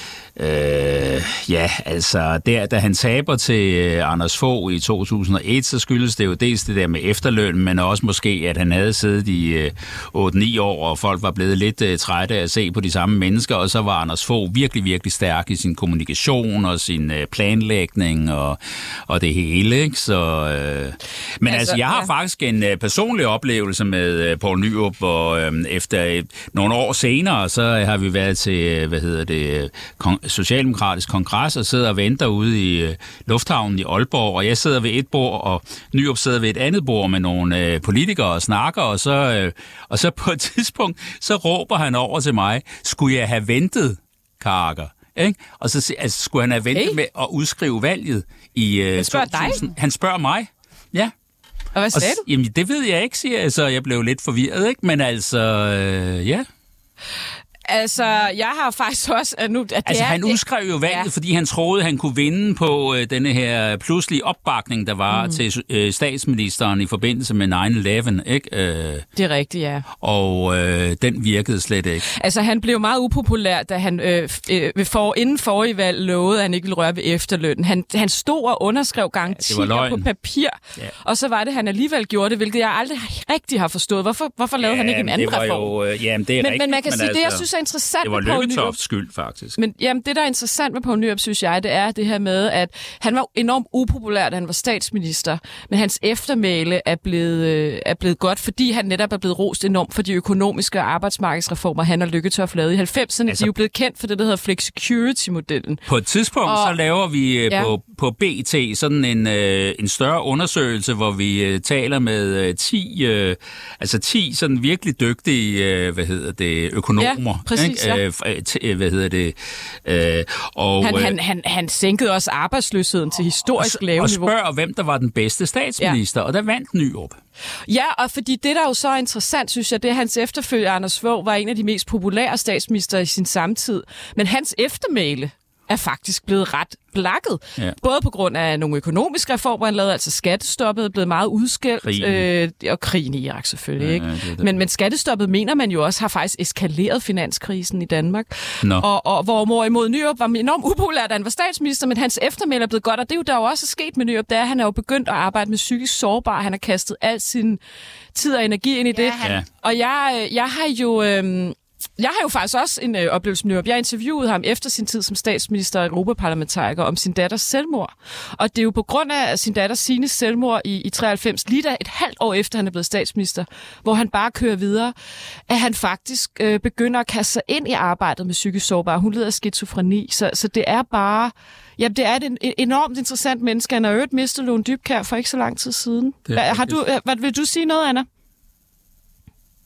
B: da han taber til Anders Fogh i 2001, så skyldes det jo dels det der med efterløn, men også måske, at han havde siddet i 8-9 år, og folk var blevet lidt trætte af at se på de samme mennesker, og så var Anders Fogh virkelig, virkelig stærk i sin kommunikation og sin planlægning og det hele, ikke? Så, men jeg har faktisk en personlig oplevelse med Poul Nyrup, og efter nogle år senere, så har vi været til, socialdemokratisk kongres og sidder og venter ude i lufthavnen i Aalborg, og jeg sidder ved et bord, og Nyrup sidder ved et andet bord med nogle politikere og snakker, og så på et tidspunkt, så råber han over til mig, skulle jeg have ventet, Karaker? Ikke? Og så skulle han have ventet med at udskrive valget i 2000. Han spørger mig. Ja.
A: Og hvad sagde du?
B: Jamen, det ved jeg ikke, siger jeg, så jeg blev lidt forvirret, ikke? Men altså, ja...
A: Altså, jeg har faktisk også...
B: han udskrev jo valget, fordi han troede, han kunne vinde på denne her pludselige opbakning, der var til statsministeren i forbindelse med 9/11, ikke?
A: Det er rigtigt, ja.
B: Og den virkede slet ikke.
A: Altså, han blev meget upopulær, da han inden forrige valg lovede, at han ikke ville røre ved efterlønnen. Han stod og underskrev garantier på papir, og så var det, han alligevel gjorde det, hvilket jeg aldrig rigtig har forstået. Hvorfor lavede han ikke en anden reform?
B: Det er rigtigt.
A: Men man kan sige, det jeg synes er interessant
B: det var Lykketofts skyld, faktisk.
A: Men jamen, det, der er interessant med Poul Nyrup, synes jeg, det er det her med, at han var enormt upopulær, da han var statsminister, men hans eftermæle er blevet godt, fordi han netop er blevet rost enormt for de økonomiske og arbejdsmarkedsreformer, han og Lykketoft lavede i 90'erne. Altså, de er jo blevet kendt for det, der hedder flexicurity-modellen.
B: På et tidspunkt, så laver vi på BT sådan en større undersøgelse, hvor vi taler med 10 sådan virkelig dygtige, økonomer.
A: Ja, præcis, Han sænkede også arbejdsløsheden til historisk lave niveau.
B: Og spørger, hvem der var den bedste statsminister, og der vandt Nyrup.
A: Ja, og fordi det, der jo så er interessant, synes jeg, det er, at hans efterfølger, Anders Fogh, var en af de mest populære statsminister i sin samtid. Men hans eftermæle er faktisk blevet ret blakket. Ja. Både på grund af nogle økonomiske reformer, han lavede, altså skattestoppet er blevet meget udskældt, og krigen i Irak selvfølgelig, ikke? Men skattestoppet, mener man jo også, har faktisk eskaleret finanskrisen i Danmark. Og hvorimod Nyrup var enormt upopulær, da han var statsminister, men hans eftermæle er blevet godt, og det er jo der jo også sket med Nyrup, der han er jo begyndt at arbejde med psykisk sårbar, han har kastet al sin tid og energi ind i det. Og jeg har jo faktisk også en oplevelse med Nyrup. Jeg interviewede ham efter sin tid som statsminister og europaparlamentariker om sin datters selvmord. Og det er jo på grund af sin datter Signes selvmord i 93, lige da et halvt år efter han er blevet statsminister, hvor han bare kører videre, at han faktisk begynder at kaste sig ind i arbejdet med psykisk sårbare. Hun lider af skizofreni, så det er bare... Ja, det er et enormt interessant menneske. Han har jo mistet Lone Dybkjær for ikke så lang tid siden. Vil du sige noget, Anna?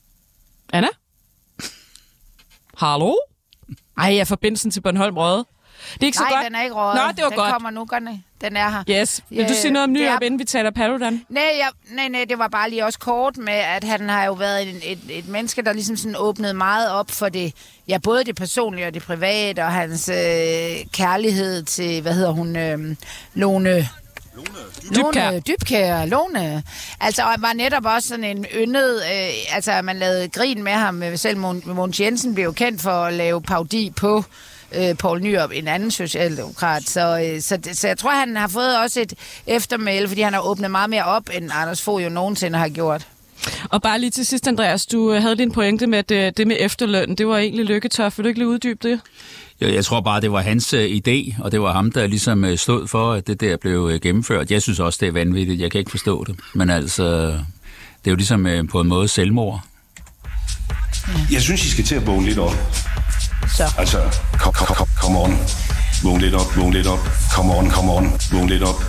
A: Anna? Hallo? Ej, er forbindelsen til Bornholm røget? Det er ikke så godt.
C: Den er ikke røget.
A: Nå, det var
C: den
A: godt.
C: Kommer nu, den er her.
A: Yes. Vil du sige noget om Nyrup, inden vi taler Paludan?
C: Nej, det var bare lige også kort med, at han har jo været et menneske, der ligesom sådan åbnede meget op for det, ja, både det personlige og det private, og hans kærlighed til, hvad hedder hun, Lone Dybkjær. Lone. Altså, og var netop også sådan en yndet, altså man lavede grin med ham, selv Mogens Jensen blev jo kendt for at lave parodi på Poul Nyrup, en anden socialdemokrat. Så jeg tror, han har fået også et eftermæle, fordi han har åbnet meget mere op, end Anders Fogh jo nogensinde har gjort.
A: Og bare lige til sidst, Andreas, du havde din pointe med, at det med efterløn, det var egentlig Lykketoft. Vil du ikke lige uddybe det?
B: Jeg tror bare, det var hans idé, og det var ham, der ligesom stod for, at det der blev gennemført. Jeg synes også, det er vanvittigt. Jeg kan ikke forstå det. Men altså, det er jo ligesom på en måde selvmord.
H: Jeg synes, I skal til at vågne lidt op.
C: Så.
H: Altså, come on. Vågn lidt op. Come on. Vågn lidt op.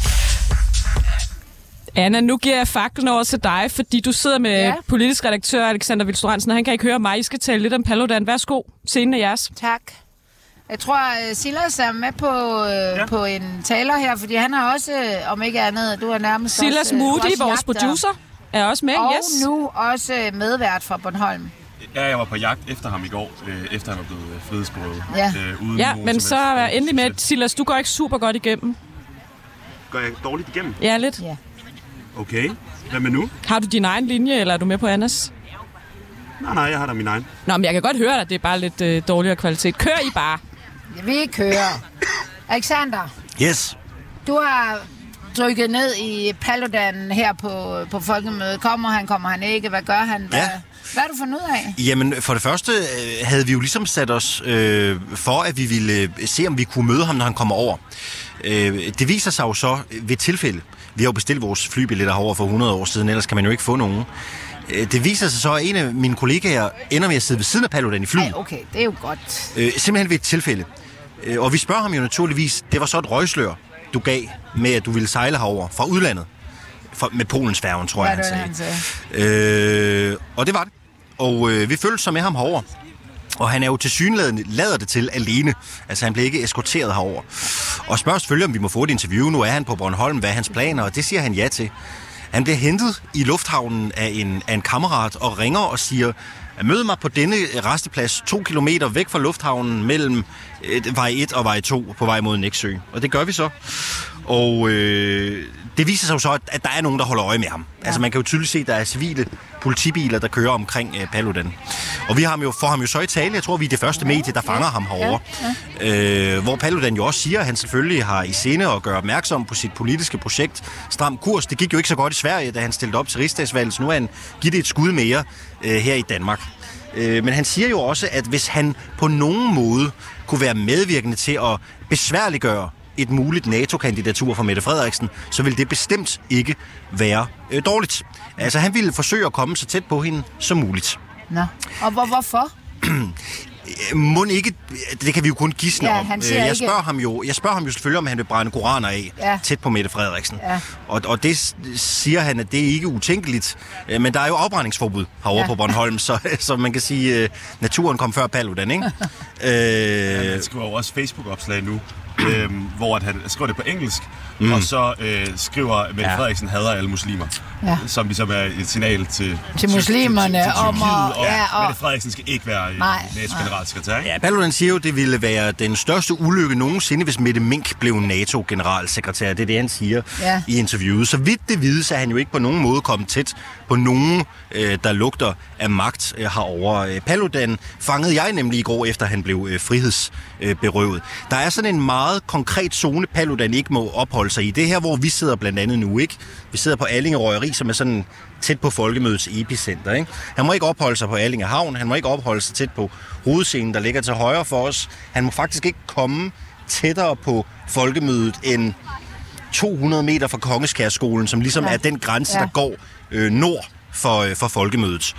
A: Anna, nu giver jeg faklen over til dig, fordi du sidder med politisk redaktør Alexander Vilstoransen, og han kan ikke høre mig. I skal tale lidt om Paludan. Værsgo, scenen er jeres.
C: Tak. Jeg tror, Silas er med på en taler her, fordi han har også, om ikke andet, du er nærmest
A: Silas
C: også...
A: Moody, vores producer, er også med,
C: og
A: yes.
C: Og nu også medvært fra Bornholm.
D: Ja, jeg var på jagt efter ham i går, efter han var blevet frihedsberøvet.
A: Ja, men så er endelig med, Silas, du går ikke super godt igennem.
D: Går jeg dårligt igennem?
A: Ja, lidt.
C: Ja.
D: Okay, hvad med nu?
A: Har du din egen linje, eller er du med på Annas?
D: Nej, jeg har da min egen.
A: Nå, men jeg kan godt høre dig, det er bare lidt dårligere kvalitet. Kør I bare.
C: Jeg vil ikke køre. Alexander.
K: Yes.
C: Du har trykket ned i Paludan her på folkemødet. Kommer han ikke? Hvad gør han? Hvad har du fundet ud af?
K: Jamen, for det første havde vi jo ligesom sat os for, at vi ville se, om vi kunne møde ham, når han kommer over. Det viser sig jo så ved tilfælde. Vi har jo bestilt vores flybilletter herovre for 100 år siden, ellers kan man jo ikke få nogen. Det viser sig så, at en af mine kollegaer ender med at sidde ved siden af Paludan i flyet.
C: Okay, det er jo godt.
K: Simpelthen ved et tilfælde. Og vi spørger ham jo naturligvis, det var så et røgslør, du gav med, at du ville sejle herover fra udlandet. Med Polens færgen, tror jeg, han sagde. Og det var det. Og vi følte så med ham herover. Og han er jo tilsyneladende lader det til alene. Altså han blev ikke eskorteret herover. Og spørger selvfølgelig, om vi må få et interview. Nu er han på Bornholm. Hvad er hans planer? Og det siger han ja til. Han bliver hentet i lufthavnen af en kammerat og ringer og siger, mød mig på denne resteplads 2 kilometer væk fra lufthavnen mellem vej 1 og vej 2 på vej mod Nexø. Og det gør vi så. Og det viser sig jo så, at der er nogen, der holder øje med ham. Ja. Altså man kan jo tydeligt se, at der er civile politibiler, der kører omkring Paludan. Og vi får ham jo så i tale. Jeg tror, vi er det første medie, der fanger ham herovre. Hvor Paludan jo også siger, at han selvfølgelig har i sinde at gøre opmærksom på sit politiske projekt Stram Kurs. Det gik jo ikke så godt i Sverige, da han stillede op til rigsdagsvalget. Så nu er han givet det et skud mere her i Danmark. Men han siger jo også, at hvis han på nogen måde kunne være medvirkende til at besværliggøre et muligt NATO-kandidatur for Mette Frederiksen, så vil det bestemt ikke være dårligt. Altså, han ville forsøge at komme så tæt på hende som muligt.
C: Nå, og hvorfor?
K: Må ikke, det kan vi jo kun gisne om. Jeg spørger ham jo selvfølgelig, om han vil brænde koraner af tæt på Mette Frederiksen. Ja. Og det siger han, at det er ikke utænkeligt. Men der er jo afbrændingsforbud herovre på Bornholm, så man kan sige, naturen kom før Paludan, ikke?
D: Han skriver jo også Facebook-opslag nu, hvor han skriver det på engelsk, og så skriver Mette Frederiksen hader alle muslimer, som ligesom er et signal til
C: muslimerne
D: til
C: om
D: at Mette Frederiksen skal ikke være NATO-generalsekretær.
K: Ja, Paludan siger jo, det ville være den største ulykke nogensinde, hvis Mette Mink blev NATO-generalsekretær. Det er det, han siger i interviewet. Så vidt det vides, er han jo ikke på nogen måde kommet tæt på nogen, der lugter af magt herovre. Paludan fangede jeg nemlig i går, efter han blev frihedsberøvet. Der er sådan en meget konkret zone, Paludan ikke må opholde sig i. Det her, hvor vi sidder blandt andet nu, ikke? Vi sidder på Allinge Røgeri, som er sådan tæt på Folkemødets epicenter, ikke? Han må ikke opholde sig på Allinge Havn, han må ikke opholde sig tæt på hovedscenen, der ligger til højre for os. Han må faktisk ikke komme tættere på Folkemødet end 200 meter fra Kongeskærskolen, som ligesom er den grænse, der går nord for Folkemødet.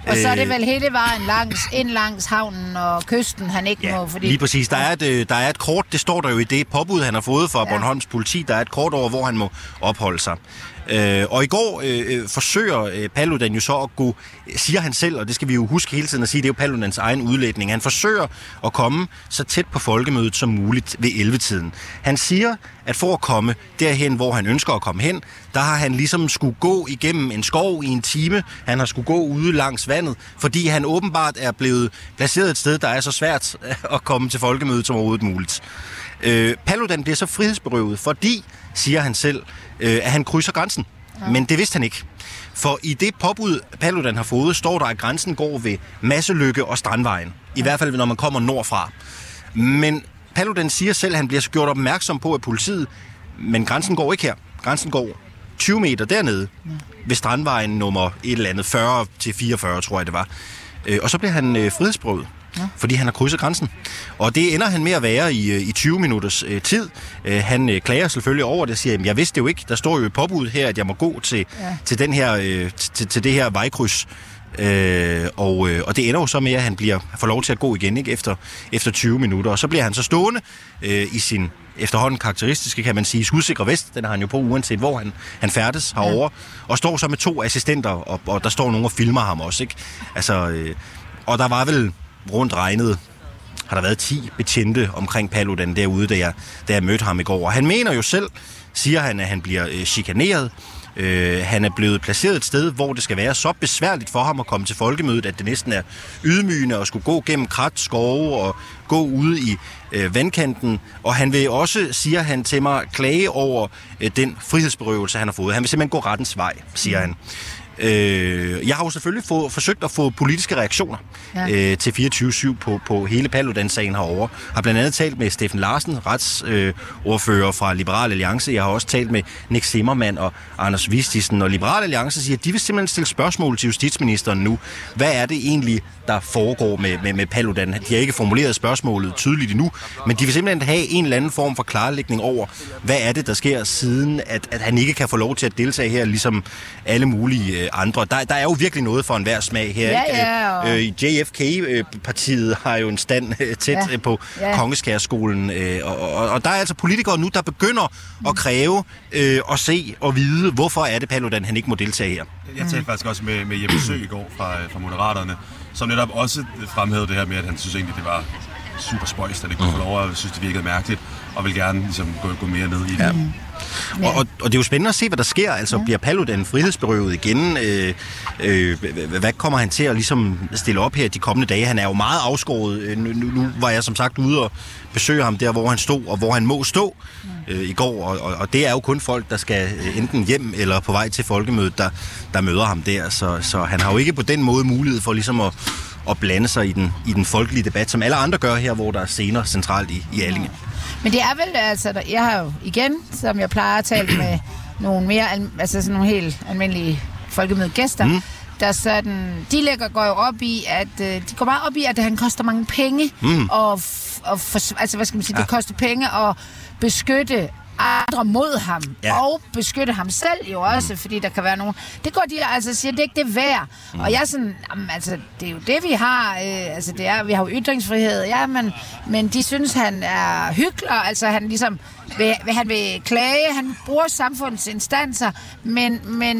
C: Og så er det vel hele vejen langs havnen og kysten, han ikke må... Fordi...
K: lige præcis. Der er et kort, det står der jo i det påbud, han har fået fra Bornholms politi. Der er et kort over, hvor han må opholde sig. Og i går forsøger Paludan jo så at gå, siger han selv, og det skal vi jo huske hele tiden at sige, det er jo Paludans egen udlægning. Han forsøger at komme så tæt på folkemødet som muligt ved 11-tiden. Han siger, at for at komme derhen, hvor han ønsker at komme hen, der har han ligesom skulle gå igennem en skov i en time. Han har skulle gå ude langs vandet, fordi han åbenbart er blevet placeret et sted, der er så svært at komme til folkemødet som overhovedet muligt. Paludan bliver så frihedsberøvet, fordi, siger han selv, at han krydser grænsen. Ja. Men det vidste han ikke. For i det påbud, Paludan har fået, står der, at grænsen går ved Masseløkke og Strandvejen. I hvert fald, når man kommer nordfra. Men Paludan siger selv, at han bliver gjort opmærksom på af politiet, men grænsen går ikke her. Grænsen går 20 meter dernede ved Strandvejen nummer et eller andet 40-44, tror jeg det var. Og så bliver han frihedsberøvet. Ja. Fordi han har krydset grænsen. Og det ender han med at være i 20 minutters tid. Han klager selvfølgelig over det og siger, jeg vidste det jo ikke. Der står jo i påbud her, at jeg må gå til den her, til det her vejkryds. Og det ender jo så med, at han får lov til at gå igen, ikke? Efter 20 minutter. Og så bliver han så stående i sin efterhånden karakteristiske, kan man sige, skudsikre vest. Den har han jo på, uanset hvor han færdes herovre. Og står så med 2 assistenter, og der står nogen og filmer ham også, ikke? Altså, og der var vel rundt regnet, har der været 10 betjente omkring Paludan derude, da jeg mødte ham i går. Og han mener jo selv, siger han, at han bliver chikaneret. Han er blevet placeret et sted, hvor det skal være så besværligt for ham at komme til folkemødet, at det næsten er ydmygende at skulle gå gennem krat, skove og gå ude i vandkanten. Og han vil også, siger han til mig, klage over den frihedsberøvelse, han har fået. Han vil simpelthen gå rettens vej, siger han. Jeg har jo selvfølgelig forsøgt at få politiske reaktioner til 24/7 på hele Paludan-sagen herovre. Har blandt andet talt med Steffen Larsen, retsordfører fra Liberal Alliance. Jeg har også talt med Nick Zimmermann og Anders Vistisen. Og Liberal Alliance siger, at de vil simpelthen stille spørgsmål til justitsministeren nu. Hvad er det egentlig, der foregår med Paludan? De har ikke formuleret spørgsmålet tydeligt endnu, men de vil simpelthen have en eller anden form for klarlægning over, hvad er det, der sker siden, at han ikke kan få lov til at deltage her, ligesom alle mulige andre. Der er jo virkelig noget for enhver smag her. JFK-partiet har jo en stand tæt på Kongeskærskolen, og der er altså politikere nu, der begynder at kræve og se og vide, hvorfor er det Paludan, han ikke må deltage her.
D: Jeg talte faktisk også med Jeppe Sø i går fra Moderaterne, som netop også fremhævede det her med, at han synes egentlig, det var super spøjst, at det kunne få lov, og synes, det virkede mærkeligt, og vil gerne ligesom, gå mere ned i det.
K: Ja. Og det er jo spændende at se, hvad der sker. Altså, bliver Paludan frihedsberøvet igen? Hvad kommer han til at ligesom stille op her de kommende dage? Han er jo meget afskåret. Nu var jeg som sagt ude og besøge ham der, hvor han stod, og hvor han må stå i går. Og det er jo kun folk, der skal enten hjem eller på vej til folkemødet, der møder ham der. Så han har jo ikke på den måde mulighed for ligesom at blande sig i den folkelige debat, som alle andre gør her, hvor der er scener centralt i Allinge. Men
C: det er vel, altså, jeg har jo igen, som jeg plejer at tale med nogle mere, altså sådan nogle helt almindelige folkemødegæster, der sådan, går jo op i, at de går meget op i, at han koster mange penge, altså hvad skal man sige, det koster penge at beskytte andre mod ham, og beskytte ham selv jo også, fordi der kan være nogen... Det går de altså siger, det er ikke det værd. Og jeg er sådan, altså, det er jo det, vi har, vi har jo ytringsfrihed, men de synes, han er hyggelig, altså han ligesom, han vil klage, han bruger samfundets instanser, men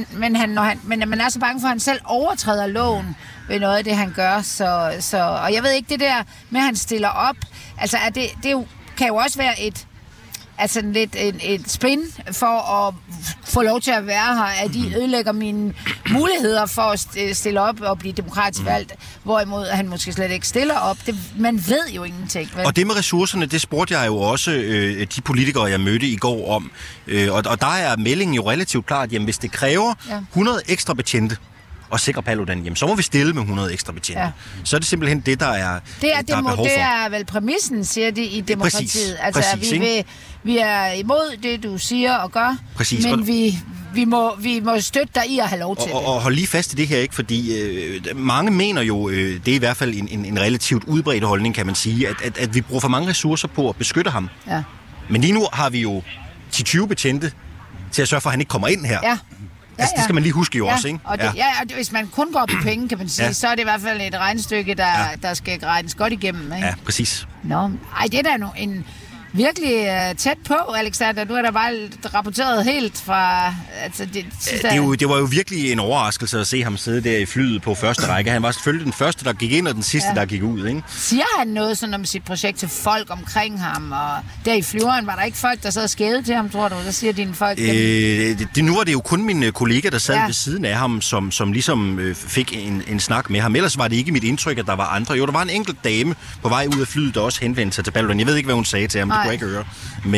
C: man er så bange for, at han selv overtræder loven ved noget af det, han gør, og jeg ved ikke, det der med, at han stiller op, altså, kan jo også være et lidt et spin for at få lov til at være her, at de ødelægger mine muligheder for at stille op og blive demokratisk valgt, hvorimod han måske slet ikke stiller op. Man ved jo ingenting. Vel?
K: Og det med ressourcerne, det spurgte jeg jo også de politikere, jeg mødte i går om. Og der er meldingen jo relativt klart, jamen hvis det kræver 100 ekstra betjente, og sikre Paludan, jamen så må vi stille med 100 ekstra betjente. Ja. Så er det simpelthen det, der er behov for. Det er
C: vel præmissen, siger de i demokratiet. Altså, vi er imod det, du siger og gør, men vi må støtte dig i at have lov til det.
K: Og hold lige fast i det her, ikke? Fordi mange mener jo, det er i hvert fald en relativt udbredt holdning, kan man sige, at vi bruger for mange ressourcer på at beskytte ham. Ja. Men lige nu har vi jo 10-20 betjente til at sørge for, at han ikke kommer ind her. Ja. Altså, det skal man lige huske jo også, ikke?
C: Og det, og hvis man kun går på penge, kan man sige, så er det i hvert fald et regnestykke, der skal regnes godt igennem, ikke?
K: Ja, præcis.
C: Nå, det er da en virkelig tæt på, Alexander. Du har da bare rapporteret helt fra... Altså,
K: det var jo virkelig en overraskelse at se ham sidde der i flyet på første række. Han var selvfølgelig den første, der gik ind, og den sidste, der gik ud, ikke?
C: Siger han noget sådan om sit projekt til folk omkring ham? Og der i flyveren var der ikke folk, der sad og skævede til ham, tror du? Hvad siger dine folk?
K: Nu var det jo kun min kollega, der sad ved siden af ham, som ligesom fik en snak med ham. Ellers var det ikke mit indtryk, at der var andre. Jo, der var en enkelt dame på vej ud af flyet, der også henvendte sig til Paludan. Jeg ved ikke, hvad hun sagde til ham. Kunne jeg ikke høre.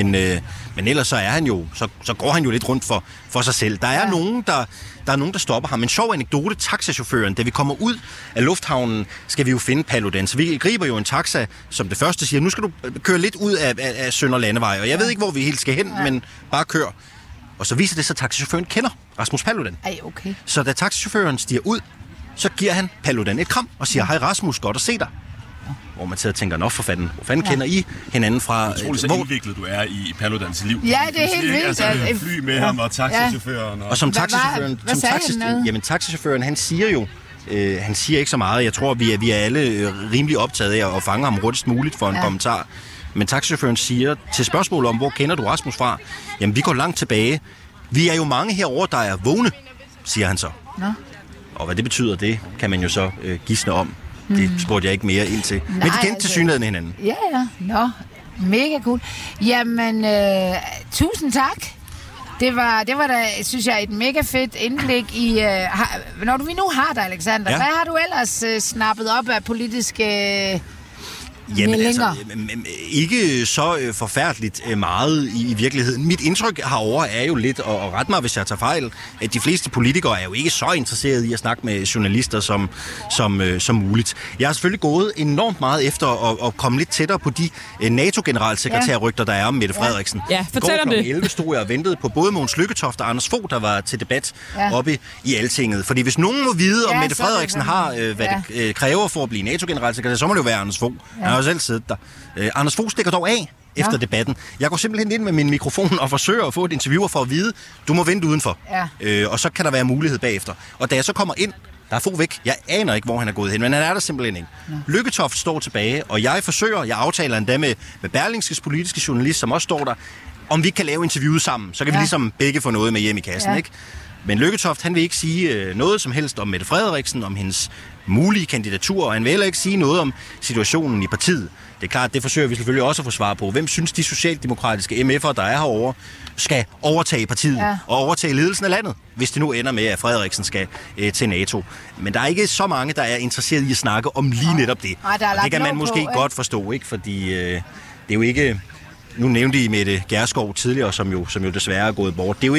K: Men ellers så er han jo, så går han jo lidt rundt for sig selv. Der er nogen, der stopper ham. En sjov anekdote, taxachaufføren, da vi kommer ud af lufthavnen, skal vi jo finde Paludan. Så vi griber jo en taxa, som det første siger, nu skal du køre lidt ud af Sønder Landevej, og jeg ved ikke, hvor vi helt skal hen, men bare kør. Og så viser det sig, at taxachaufføren kender Rasmus Paludan.
C: Okay.
K: Så da taxachaufføren stiger ud, så giver han Paludan et kram og siger, hej Rasmus, godt at se dig. Hvor man sidder og tænker, nå for fanden, hvor fanden kender I hinanden fra?
D: Utroligt så indviklet du er i Paludans liv.
C: Ja, det er helt vildt.
D: Altså, fly med ham og taxichaufføren.
K: Og som taxichaufføren, han siger jo, han siger ikke så meget. Jeg tror, vi er alle rimelig optaget af at fange ham hurtigst muligt for en kommentar. Men taxichaufføren siger til spørgsmålet om, hvor kender du Rasmus fra? Jamen, vi går langt tilbage. Vi er jo mange herovre, der er vågne, siger han så. Nå. Og hvad det betyder, det kan man jo så gisne om. Det spurgte jeg ikke mere ind til. Men de kendte til synligheden hinanden.
C: Ja. Nå, mega cool. Jamen, tusind tak. Det var da, synes jeg, et mega fedt indblik i... når vi nu har dig, Alexander, hvad har du ellers snappet op af politiske...
K: Jamen altså, ikke så forfærdeligt meget i virkeligheden. Mit indtryk herovre er jo lidt, og ret mig, hvis jeg tager fejl, at de fleste politikere er jo ikke så interesserede i at snakke med journalister som muligt. Jeg har selvfølgelig gået enormt meget efter at komme lidt tættere på de NATO-generalsekretærrygter, der er om Mette Frederiksen.
A: Ja, fortæl om det.
K: I går kl. 11 stod jeg og ventede på både Mogens Lykketoft og Anders Fogh, der var til debat oppe i Altinget. Fordi hvis nogen må vide, om Mette Frederiksen har, hvad det kræver for at blive NATO-generalsekretær, så må det jo være Anders Fogh. Jeg har jo selv siddet der. Anders Fogh stikker dog af efter debatten. Jeg går simpelthen ind med min mikrofon og forsøger at få et interview for at vide, du må vente udenfor. Og så kan der være mulighed bagefter. Og da jeg så kommer ind, der er Fogh væk. Jeg aner ikke, hvor han er gået hen, men han er der simpelthen ikke. Lykketoft står tilbage, og jeg aftaler endda med Berlingskes politiske journalist, som også står der, om vi kan lave interviewet sammen. Så kan vi ligesom begge få noget med hjem i kassen, ikke? Men Lykketoft, han vil ikke sige noget som helst om Mette Frederiksen, om hendes mulige kandidatur, og han vil heller ikke sige noget om situationen i partiet. Det er klart, det forsøger vi selvfølgelig også at få svar på. Hvem synes de socialdemokratiske MF'er, der er herovre, skal overtage partiet og overtage ledelsen af landet, hvis det nu ender med, at Frederiksen skal til NATO. Men der er ikke så mange, der er interesseret i at snakke om lige netop det. Og det kan man måske godt forstå, ikke? Fordi det er jo ikke... Nu nævnte I Mette Gjerskov tidligere, som jo desværre er gået bort. Det er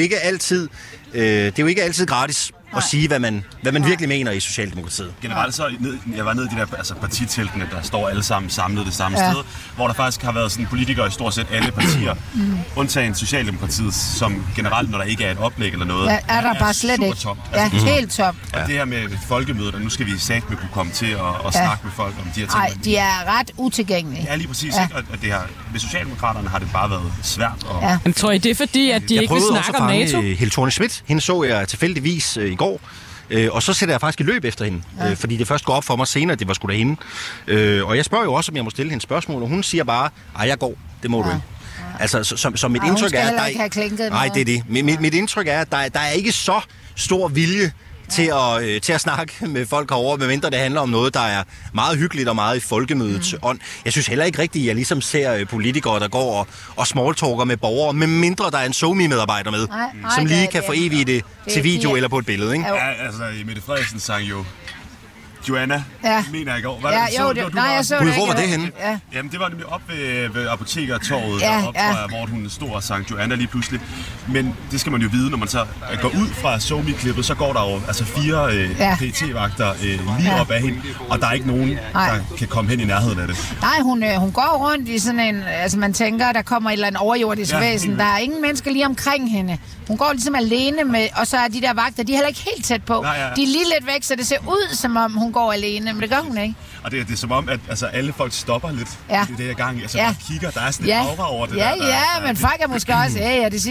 K: jo ikke altid gratis at sige, hvad man virkelig mener i Socialdemokratiet.
D: Generelt så, jeg var nede i de der partiteltene, der står alle sammen samlet det samme sted, hvor der faktisk har været sådan politikere i stort set alle partier, undtagen Socialdemokratiet, som generelt, når der ikke er et oplæg eller noget,
C: er der bare slet ikke.
D: Top.
C: Helt top.
D: Og det her med folkemødet, og nu skal vi satme kunne komme til at snakke med folk om de her ting.
C: Nej, de er ret utilgængelige.
D: Ja, lige præcis. Ikke? Og det her, med Socialdemokraterne har det bare været svært.
A: Men tror I, det er fordi, at de ikke vil snakke om NATO?
K: Helle Thorning-Schmidt, hende så jeg tilfældigvis i går. Og så sætter jeg faktisk i løb efter hende, fordi det først går op for mig senere, at det var sgu da hende. Og jeg spørger jo også, om jeg må stille hende spørgsmål, og hun siger bare, jeg går, det må du ikke. Altså, så mit indtryk er, at det er det. Mit indtryk er, at der er ikke så stor vilje til at snakke med folk herovre, medmindre det handler om noget, der er meget hyggeligt og meget i folkemødets ånd. Jeg synes heller ikke rigtigt, at jeg ligesom ser politikere, der går og smalltalker med borgere, medmindre der er en SoMe-medarbejder med, som lige kan forevige det til video eller på et billede, ikke?
D: Ja, altså, Mette Frederiksen sang jo Joanna, mener jeg i går.
K: Hvor var det henne?
D: Jamen, det var nemlig op ved Apotekertorvet, hvor hun stod og sang Joanna lige pludselig. Men det skal man jo vide, når man så går ud fra SoMe-klippet, så går der jo altså 4 PT-vagter lige op af hende, og der er ikke nogen, der kan komme hen i nærheden af det.
C: Nej, hun går rundt i sådan en, altså man tænker, der kommer et eller andet overjordisk væsen. Der er ingen mennesker lige omkring hende. Hun går ligesom alene med, og så er de der vagter, de er heller ikke helt tæt på. De er lige lidt væk, så det ser ud, som om hun går alene, men det gør hun ikke.
D: Og det er som om, at altså, alle folk stopper lidt i det her gang. Altså bare kigger, der er sådan et aura over det
C: men folk er måske også, det sidste gang,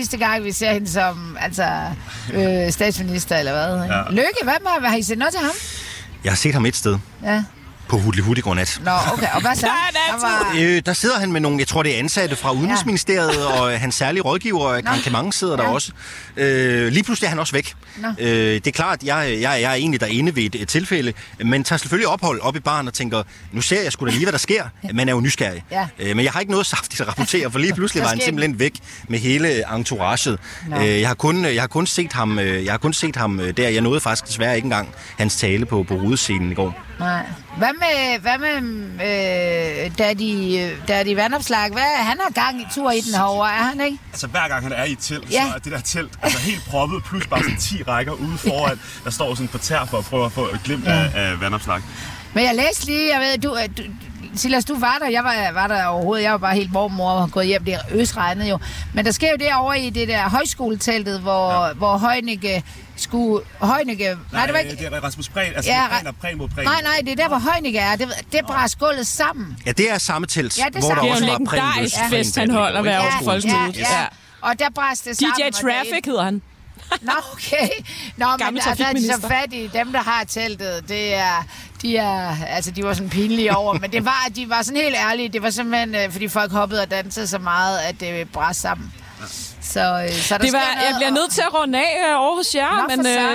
C: vi ser hende som statsminister, eller hvad? Ja. Lykke, hvad har I set noget til ham?
K: Jeg har set ham et sted.
C: Ja.
K: På Hudli går nat.
C: Nå, okay. Og hvad så?
K: Der sidder han med nogle, jeg tror det er ansatte fra Udenrigsministeriet, og hans særlige rådgiver, Gankemang, sidder der også. Lige pludselig er han også væk. Det er klart, jeg er egentlig derinde ved et tilfælde, men tager selvfølgelig ophold op i baren og tænker, nu ser jeg sgu da lige, hvad der sker. Man er jo nysgerrig. Men jeg har ikke noget saftigt at rapportere, for lige pludselig var han simpelthen væk med hele entouraget. Jeg har kun set ham der. Jeg nåede faktisk desværre ikke engang hans tale på rudescenen i går.
C: Nej. Hvad med Daddy Vandopslag? Han har gang i tur i den herovre, er han ikke?
D: Altså hver gang han er i et telt, så er det der telt helt proppet, plus bare sådan 10 rækker ude foran, der står sådan på tær for at prøve at få et glimt af Vandopslag.
C: Men jeg læste lige, Silas, du var der, jeg var der overhovedet, jeg var bare helt mormor og gået hjem, det øsregnede jo. Men der sker jo derovre i det der højskoleteltet, hvor Heunicke skulle... Nej, det var ikke...
D: Det er Rasmus Prehn, altså Prehn mod Prehn.
C: Nej, det er der, hvor Heunicke er. Det bræs gulvet sammen.
K: Ja, det er samme telt,
C: hvor
A: der også var Prehn. Det er jo legendarisk fest, han holder hver år på Folkemødet.
C: Ja. Og der bræs det sammen.
A: DJ Traffic hedder han.
C: Nå, okay. Nå, men der er de så fattige. Dem, der har teltet, de var sådan pinlige over, men de var sådan helt ærlige. Det var simpelthen, fordi folk hoppede og dansede så meget, at det bræst sammen. Så der
A: jeg bliver nødt til at runde af over hos jer,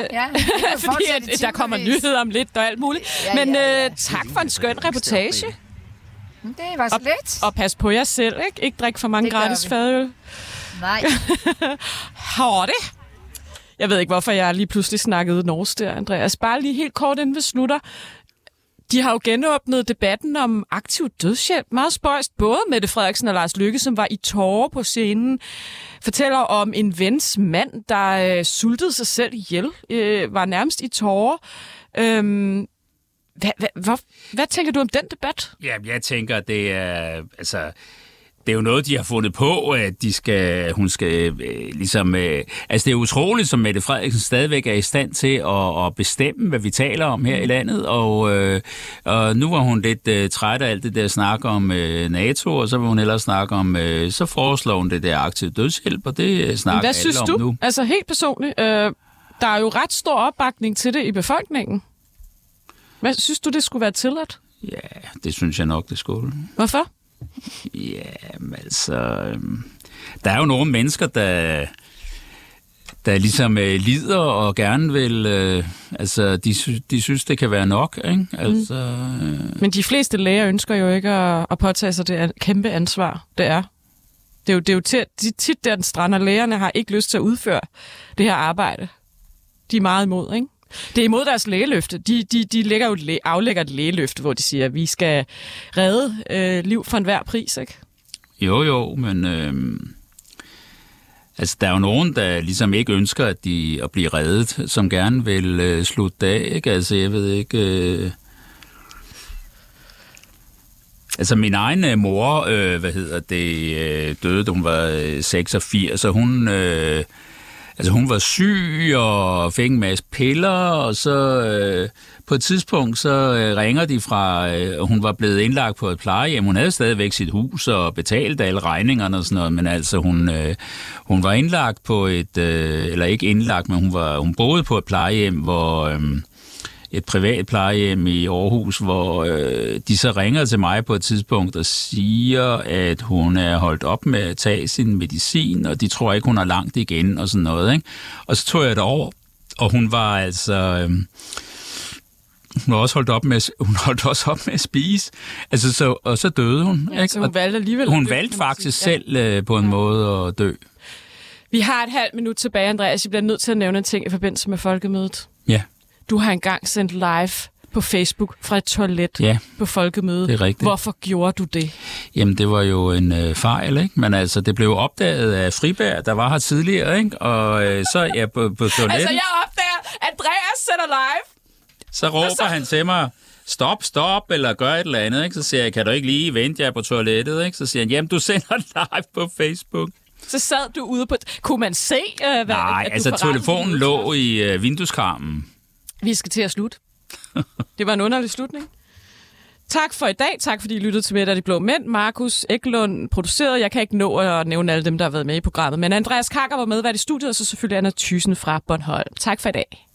A: fordi der kommer nyheder om lidt og alt muligt. Men tak for en skøn reportage.
C: Det var så lidt.
A: Og pas på jer selv, ikke? Ikke drik for mange gratis fadøl.
C: Nej.
A: Har det? Jeg ved ikke, hvorfor jeg lige pludselig snakkede norsk der, Andreas. Bare lige helt kort inden vi slutter. De har jo genåbnet debatten om aktiv dødshjælp. Meget spøjst. Både Mette Frederiksen og Lars Løkke, som var i tårer på scenen, fortæller om en vens mand, der sultede sig selv ihjel. Var nærmest i tårer. Hvad tænker du om den debat?
B: Ja, jeg tænker, det er... Det er jo noget, de har fundet på, at hun skal ligesom... det er utroligt, som Mette Frederiksen stadigvæk er i stand til at bestemme, hvad vi taler om her i landet. Og nu var hun lidt træt af alt det der snak om NATO, og så vil hun ellers snakke om... så foreslår hun det der aktiv dødshjælp, og det snakker alle om nu. Hvad synes du?
A: Altså helt personligt, der er jo ret stor opbakning til det i befolkningen. Hvad synes du, det skulle være tilladt?
B: Ja, det synes jeg nok, det skulle.
A: Hvorfor?
B: Ja, der er jo nogle mennesker, der ligesom lider og gerne vil... de synes, det kan være nok, ikke?
A: Men de fleste læger ønsker jo ikke at påtage sig det kæmpe ansvar, det er. Det er jo tit der, den strander. Lægerne har ikke lyst til at udføre det her arbejde. De er meget imod, ikke? Det er imod deres lægeløfte. De aflægger et lægeløfte, hvor de siger, at vi skal redde liv for enhver pris, ikke?
B: Jo, men der er jo nogen, der ligesom ikke ønsker at blive reddet, som gerne vil slutte af, ikke? Jeg ved ikke... min egen mor, døde, da hun var 86, og hun... hun var syg og fik en masse piller, og så på et tidspunkt så ringer de fra, hun var blevet indlagt på et plejehjem. Hun havde stadigvæk sit hus og betalt alle regningerne og sådan noget, men hun var indlagt på eller ikke indlagt, men hun boede på et plejehjem, hvor... et privat plejehjem i Aarhus, hvor de så ringer til mig på et tidspunkt og siger, at hun er holdt op med at tage sin medicin, og de tror ikke, hun er langt igen og sådan noget, ikke? Og så tog jeg det over, og hun var hun holdt også op med at spise. Og så døde hun, ikke?
A: Så hun valgte alligevel.
B: Hun valgte faktisk selv på en måde at dø.
A: Vi har et halvt minut tilbage, Andreas. Jeg bliver nødt til at nævne en ting i forbindelse med Folkemødet.
B: Ja.
A: Du har engang sendt live på Facebook fra et toilet på Folkemødet.
B: Det er rigtigt.
A: Hvorfor gjorde du det?
B: Jamen, det var jo en fejl, ikke? Men det blev opdaget af Friberg, der var her tidligere, ikke? Og så på toiletten...
A: jeg opdager, Andreas sender live.
B: Så råber han til mig, stop, eller gør et eller andet, ikke? Så siger jeg, kan du ikke lige vente jer på toilettet, ikke? Så siger han, jamen, du sender live på Facebook.
A: Så sad du ude på... Kunne man se, hvad...
B: Nej, telefonen lå i vindueskarmen.
A: Vi skal til at slutte. Det var en underlig slutning. Tak for i dag. Tak fordi I lyttede til Mæt af de Blå Mænd. Markus Eklund producerede. Jeg kan ikke nå at nævne alle dem, der har været med i programmet. Men Andreas Kakker var medvært i studiet, og så selvfølgelig Anna Thyssen fra Bornholm. Tak for i dag.